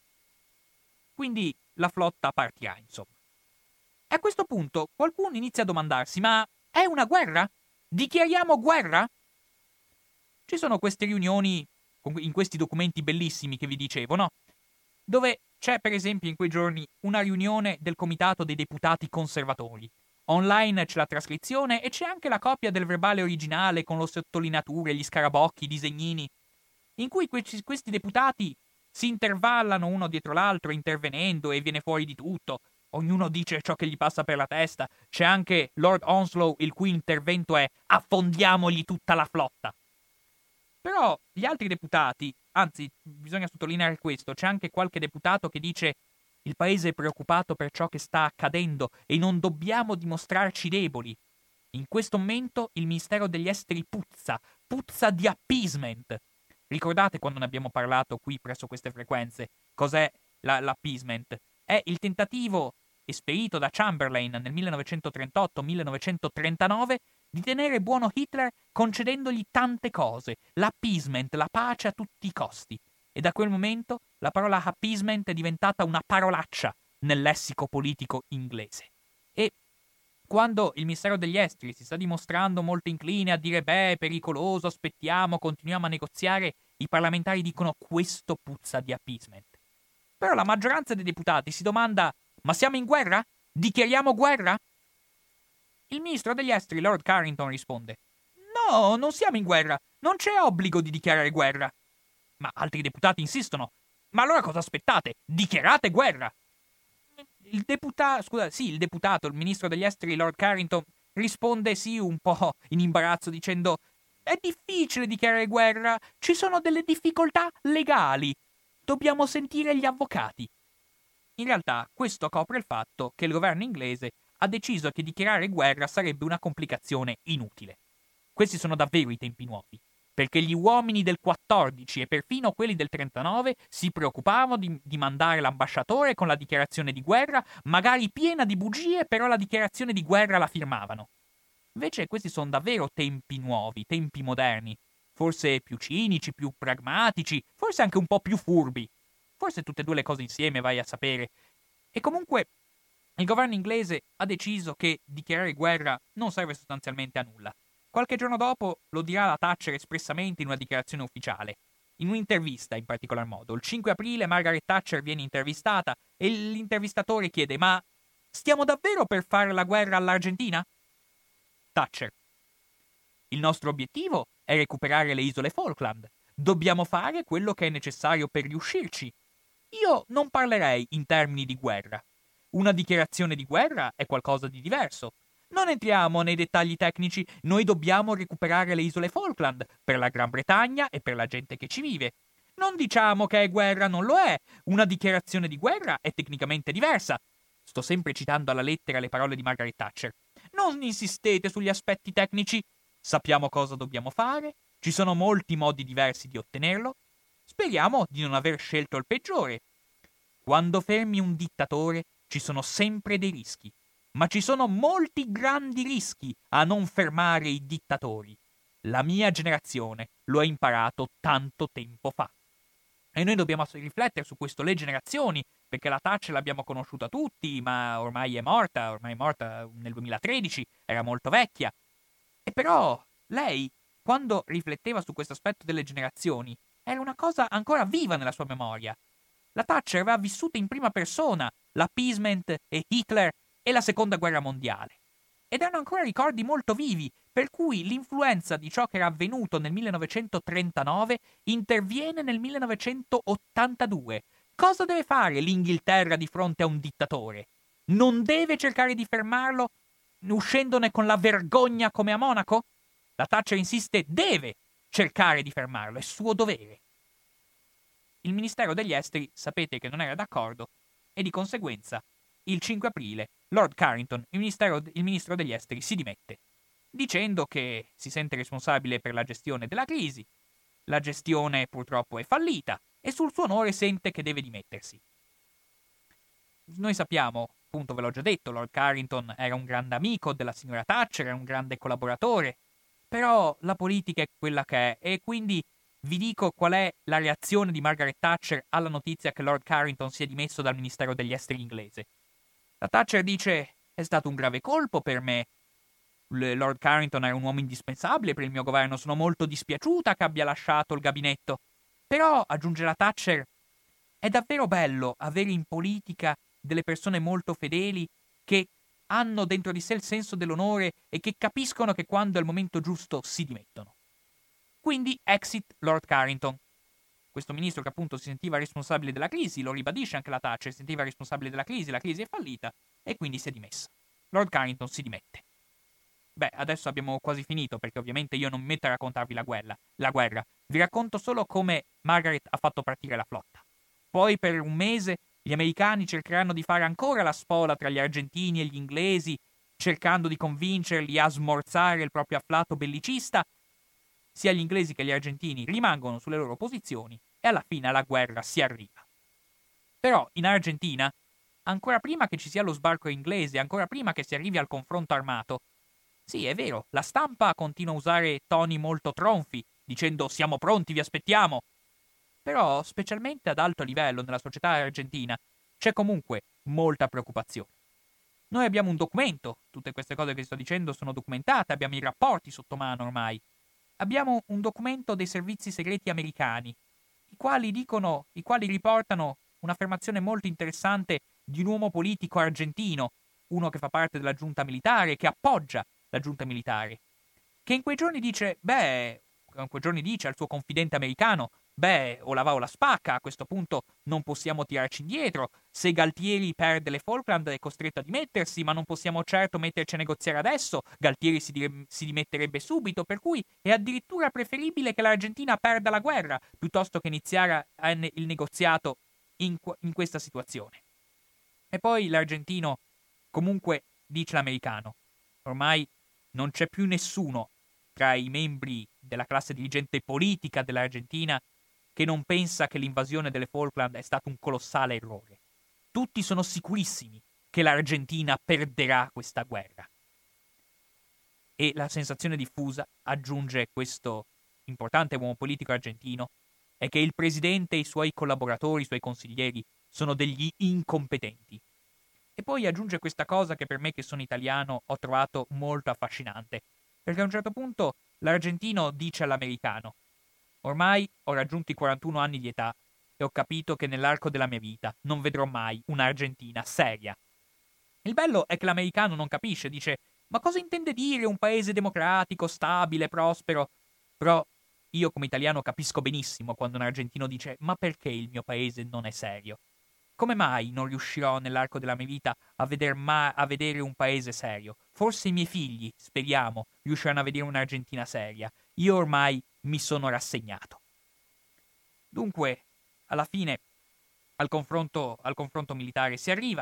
Quindi la flotta partirà, insomma. E a questo punto qualcuno inizia a domandarsi: ma è una guerra? Dichiariamo guerra? Ci sono queste riunioni, in questi documenti bellissimi che vi dicevo, no? Dove c'è, per esempio, in quei giorni una riunione del comitato dei deputati conservatori. Online c'è la trascrizione e c'è anche la copia del verbale originale con le sottolineature, gli scarabocchi, i disegnini, in cui questi, questi deputati si intervallano uno dietro l'altro intervenendo e viene fuori di tutto. Ognuno dice ciò che gli passa per la testa. C'è anche Lord Onslow, il cui intervento è: affondiamogli tutta la flotta. Però gli altri deputati, anzi, bisogna sottolineare questo, c'è anche qualche deputato che dice: il paese è preoccupato per ciò che sta accadendo e non dobbiamo dimostrarci deboli. In questo momento il Ministero degli Esteri puzza, puzza di appeasement. Ricordate quando ne abbiamo parlato qui presso queste frequenze? Cos'è la, l'appeasement? È il tentativo esperito da Chamberlain nel millenovecentotrentotto millenovecentotrentanove di tenere buono Hitler concedendogli tante cose, l'appeasement, la pace a tutti i costi. E da quel momento la parola appeasement è diventata una parolaccia nel lessico politico inglese. E quando il Ministero degli Esteri si sta dimostrando molto incline a dire: beh, è pericoloso, aspettiamo, continuiamo a negoziare, i parlamentari dicono: questo puzza di appeasement. Però la maggioranza dei deputati si domanda: ma siamo in guerra? Dichiariamo guerra? Il ministro degli esteri, Lord Carrington, risponde: no, non siamo in guerra, non c'è obbligo di dichiarare guerra. Ma altri deputati insistono: ma allora cosa aspettate? Dichiarate guerra! Il deputato, scusa, sì, il deputato, il ministro degli esteri, Lord Carrington, risponde sì un po' in imbarazzo dicendo: è difficile dichiarare guerra, ci sono delle difficoltà legali, dobbiamo sentire gli avvocati. In realtà questo copre il fatto che il governo inglese ha deciso che dichiarare guerra sarebbe una complicazione inutile. Questi sono davvero i tempi nuovi, perché gli uomini del quattordici e perfino quelli del trentanove si preoccupavano di, di mandare l'ambasciatore con la dichiarazione di guerra, magari piena di bugie, però la dichiarazione di guerra la firmavano. Invece questi sono davvero tempi nuovi, tempi moderni, forse più cinici, più pragmatici, forse anche un po' più furbi. Forse tutte e due le cose insieme, vai a sapere. E comunque il governo inglese ha deciso che dichiarare guerra non serve sostanzialmente a nulla. Qualche giorno dopo lo dirà la Thatcher espressamente in una dichiarazione ufficiale, in un'intervista in particolar modo. Il cinque aprile Margaret Thatcher viene intervistata e l'intervistatore chiede: ma stiamo davvero per fare la guerra all'Argentina? Thatcher: il nostro obiettivo è recuperare le isole Falkland. Dobbiamo fare quello che è necessario per riuscirci. Io non parlerei in termini di guerra. Una dichiarazione di guerra è qualcosa di diverso. Non entriamo nei dettagli tecnici, noi dobbiamo recuperare le isole Falkland per la Gran Bretagna e per la gente che ci vive. Non diciamo che è guerra, non lo è. Una dichiarazione di guerra è tecnicamente diversa. Sto sempre citando alla lettera le parole di Margaret Thatcher. Non insistete sugli aspetti tecnici. Sappiamo cosa dobbiamo fare. Ci sono molti modi diversi di ottenerlo. Speriamo di non aver scelto il peggiore. Quando fermi un dittatore ci sono sempre dei rischi, ma ci sono molti grandi rischi a non fermare i dittatori. La mia generazione lo ha imparato tanto tempo fa. E noi dobbiamo riflettere su questo, le generazioni, perché la Thatcher l'abbiamo conosciuta tutti, ma ormai è morta, ormai è morta nel duemilatredici, era molto vecchia. E però lei, quando rifletteva su questo aspetto delle generazioni, era una cosa ancora viva nella sua memoria. La Thatcher aveva vissuto in prima persona l'appeasement e Hitler e la seconda guerra mondiale. Ed erano ancora ricordi molto vivi, per cui l'influenza di ciò che era avvenuto nel millenovecentotrentanove interviene nel millenovecentottantadue. Cosa deve fare l'Inghilterra di fronte a un dittatore? Non deve cercare di fermarlo uscendone con la vergogna come a Monaco? La Thatcher insiste, deve cercare di fermarlo, è suo dovere. Il Ministero degli Esteri sapete che non era d'accordo e di conseguenza il cinque aprile Lord Carrington, il, il ministro degli Esteri, si dimette, dicendo che si sente responsabile per la gestione della crisi la gestione purtroppo è fallita e sul suo onore sente che deve dimettersi. Noi sappiamo, appunto ve l'ho già detto, Lord Carrington era un grande amico della signora Thatcher, era un grande collaboratore, però la politica è quella che è e quindi vi dico qual è la reazione di Margaret Thatcher alla notizia che Lord Carrington si è dimesso dal Ministero degli Esteri inglese. La Thatcher dice: è stato un grave colpo per me. Lord Carrington era un uomo indispensabile per il mio governo, sono molto dispiaciuta che abbia lasciato il gabinetto. Però, aggiunge la Thatcher, è davvero bello avere in politica delle persone molto fedeli che hanno dentro di sé il senso dell'onore e che capiscono che quando è il momento giusto si dimettono. Quindi exit Lord Carrington. Questo ministro che appunto si sentiva responsabile della crisi, lo ribadisce anche la Thatcher, si sentiva responsabile della crisi, la crisi è fallita e quindi si è dimessa. Lord Carrington si dimette. Beh, adesso abbiamo quasi finito perché ovviamente io non mi metto a raccontarvi la guerra, la guerra. Vi racconto solo come Margaret ha fatto partire la flotta. Poi per un mese gli americani cercheranno di fare ancora la spola tra gli argentini e gli inglesi, cercando di convincerli a smorzare il proprio afflato bellicista. Sia gli inglesi che gli argentini rimangono sulle loro posizioni e alla fine alla guerra si arriva. Però in Argentina, ancora prima che ci sia lo sbarco inglese, ancora prima che si arrivi al confronto armato, sì, è vero, la stampa continua a usare toni molto tronfi, dicendo siamo pronti, vi aspettiamo. Però, specialmente ad alto livello nella società argentina, c'è comunque molta preoccupazione. Noi abbiamo un documento, tutte queste cose che sto dicendo sono documentate, abbiamo i rapporti sotto mano ormai. Abbiamo un documento dei servizi segreti americani, i quali dicono, i quali riportano un'affermazione molto interessante di un uomo politico argentino, uno che fa parte della giunta militare, che appoggia la giunta militare, che in quei giorni dice, beh, in quei giorni dice al suo confidente americano, beh, o la va o la spacca, a questo punto non possiamo tirarci indietro, se Galtieri perde le Falkland è costretto a dimettersi, ma non possiamo certo metterci a negoziare adesso, Galtieri si, dire- si dimetterebbe subito, per cui è addirittura preferibile che l'Argentina perda la guerra, piuttosto che iniziare a- il negoziato in, qu- in questa situazione. E poi l'argentino, comunque, dice l'americano, ormai non c'è più nessuno tra i membri della classe dirigente politica dell'Argentina che non pensa che l'invasione delle Falkland è stato un colossale errore. Tutti sono sicurissimi che l'Argentina perderà questa guerra. E la sensazione diffusa, aggiunge questo importante uomo politico argentino, è che il presidente e i suoi collaboratori, i suoi consiglieri, sono degli incompetenti. E poi aggiunge questa cosa che per me, che sono italiano, ho trovato molto affascinante. Perché a un certo punto l'argentino dice all'americano: ormai ho raggiunto i quarantuno anni di età e ho capito che nell'arco della mia vita non vedrò mai un'Argentina seria. Il bello è che l'americano non capisce, dice: ma cosa intende dire un paese democratico, stabile, prospero? Però io come italiano capisco benissimo quando un argentino dice: ma perché il mio paese non è serio? Come mai non riuscirò nell'arco della mia vita a, veder ma- a vedere un paese serio? Forse i miei figli, speriamo, riusciranno a vedere un'Argentina seria. Io ormai mi sono rassegnato. Dunque, alla fine, al confronto, al confronto militare si arriva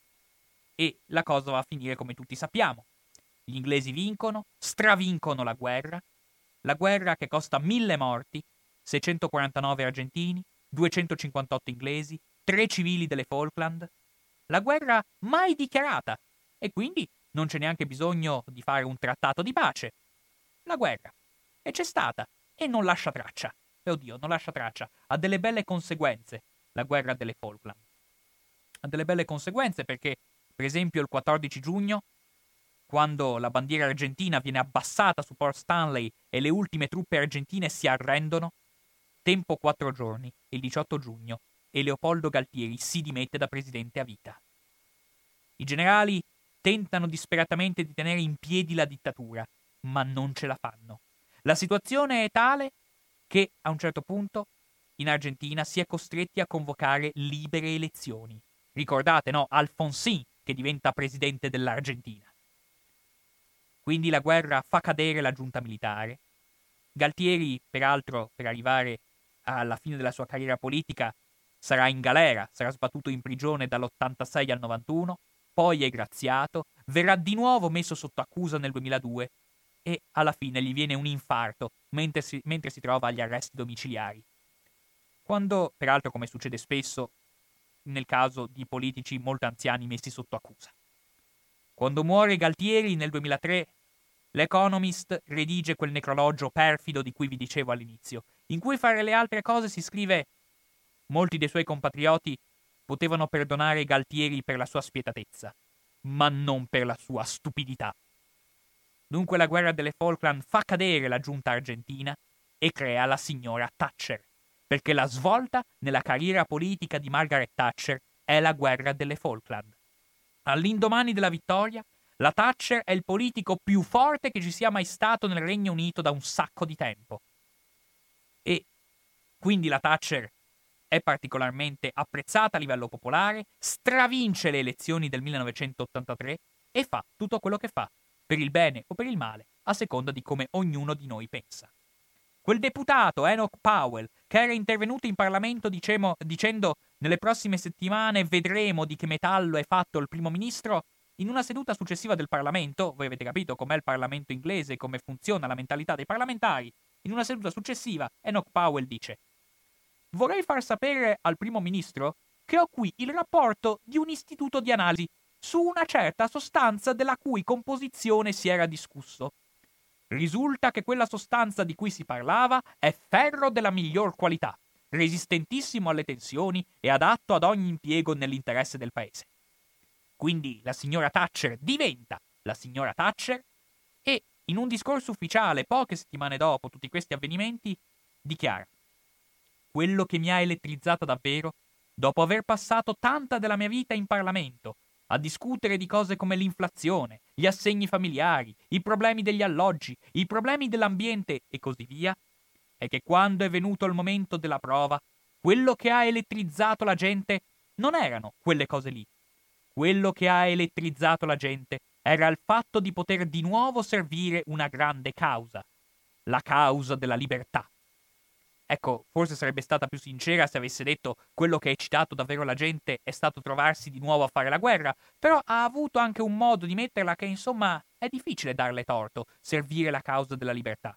e la cosa va a finire come tutti sappiamo. Gli inglesi vincono, stravincono la guerra, la guerra che costa mille morti, seicentoquarantanove argentini, duecentocinquantotto inglesi, tre civili delle Falkland, la guerra mai dichiarata, e quindi non c'è neanche bisogno di fare un trattato di pace. La guerra. E c'è stata, e non lascia traccia. E oddio, non lascia traccia. Ha delle belle conseguenze, la guerra delle Falkland. Ha delle belle conseguenze perché, per esempio, il quattordici giugno, quando la bandiera argentina viene abbassata su Port Stanley e le ultime truppe argentine si arrendono, tempo quattro giorni, il diciotto giugno, e Leopoldo Galtieri si dimette da presidente a vita. I generali tentano disperatamente di tenere in piedi la dittatura, ma non ce la fanno. La situazione è tale che, a un certo punto, in Argentina si è costretti a convocare libere elezioni. Ricordate, no? Alfonsín che diventa presidente dell'Argentina. Quindi la guerra fa cadere la giunta militare. Galtieri, peraltro, per arrivare alla fine della sua carriera politica, sarà in galera, sarà sbattuto in prigione dall'ottantasei al novantuno, poi è graziato, verrà di nuovo messo sotto accusa nel duemiladue, e alla fine gli viene un infarto mentre si, mentre si trova agli arresti domiciliari. Quando, peraltro come succede spesso nel caso di politici molto anziani messi sotto accusa. Quando muore Galtieri nel duemilatré, l'Economist redige quel necrologio perfido di cui vi dicevo all'inizio, in cui fra le altre cose si scrive: molti dei suoi compatrioti potevano perdonare Galtieri per la sua spietatezza, ma non per la sua stupidità. Dunque la guerra delle Falkland fa cadere la giunta argentina e crea la signora Thatcher, perché la svolta nella carriera politica di Margaret Thatcher è la guerra delle Falkland. All'indomani della vittoria, la Thatcher è il politico più forte che ci sia mai stato nel Regno Unito da un sacco di tempo. E quindi la Thatcher è particolarmente apprezzata a livello popolare, stravince le elezioni del millenovecentottantatré e fa tutto quello che fa, per il bene o per il male, a seconda di come ognuno di noi pensa. Quel deputato, Enoch Powell, che era intervenuto in Parlamento dicemo, dicendo nelle prossime settimane vedremo di che metallo è fatto il primo ministro, in una seduta successiva del Parlamento, voi avete capito com'è il Parlamento inglese, come funziona la mentalità dei parlamentari, in una seduta successiva Enoch Powell dice: vorrei far sapere al primo ministro che ho qui il rapporto di un istituto di analisi su una certa sostanza della cui composizione si era discusso. Risulta che quella sostanza di cui si parlava è ferro della miglior qualità, resistentissimo alle tensioni e adatto ad ogni impiego nell'interesse del paese. Quindi la signora Thatcher diventa la signora Thatcher e, in un discorso ufficiale poche settimane dopo tutti questi avvenimenti, dichiara: quello che mi ha elettrizzata davvero, dopo aver passato tanta della mia vita in Parlamento, a discutere di cose come l'inflazione, gli assegni familiari, i problemi degli alloggi, i problemi dell'ambiente e così via, è che quando è venuto il momento della prova, quello che ha elettrizzato la gente non erano quelle cose lì. Quello che ha elettrizzato la gente era il fatto di poter di nuovo servire una grande causa, la causa della libertà. Ecco, forse sarebbe stata più sincera se avesse detto quello che ha eccitato davvero la gente è stato trovarsi di nuovo a fare la guerra, però ha avuto anche un modo di metterla che, insomma, è difficile darle torto, servire la causa della libertà.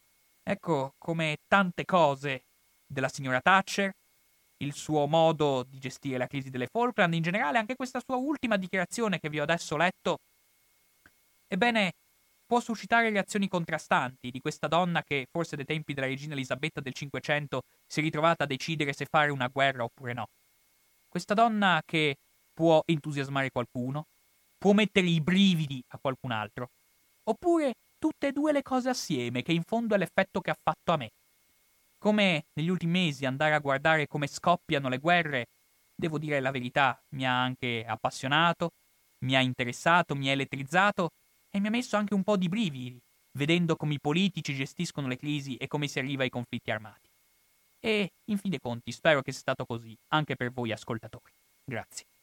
Ecco, come tante cose della signora Thatcher, il suo modo di gestire la crisi delle Falkland, in generale anche questa sua ultima dichiarazione che vi ho adesso letto, ebbene, può suscitare reazioni contrastanti di questa donna che, forse dai tempi della regina Elisabetta del Cinquecento, si è ritrovata a decidere se fare una guerra oppure no. Questa donna che può entusiasmare qualcuno, può mettere i brividi a qualcun altro, oppure tutte e due le cose assieme, che in fondo è l'effetto che ha fatto a me. Come negli ultimi mesi andare a guardare come scoppiano le guerre, devo dire la verità, mi ha anche appassionato, mi ha interessato, mi ha elettrizzato e mi ha messo anche un po' di brividi, vedendo come i politici gestiscono le crisi e come si arriva ai conflitti armati. E, in fin dei conti, spero che sia stato così anche per voi ascoltatori. Grazie.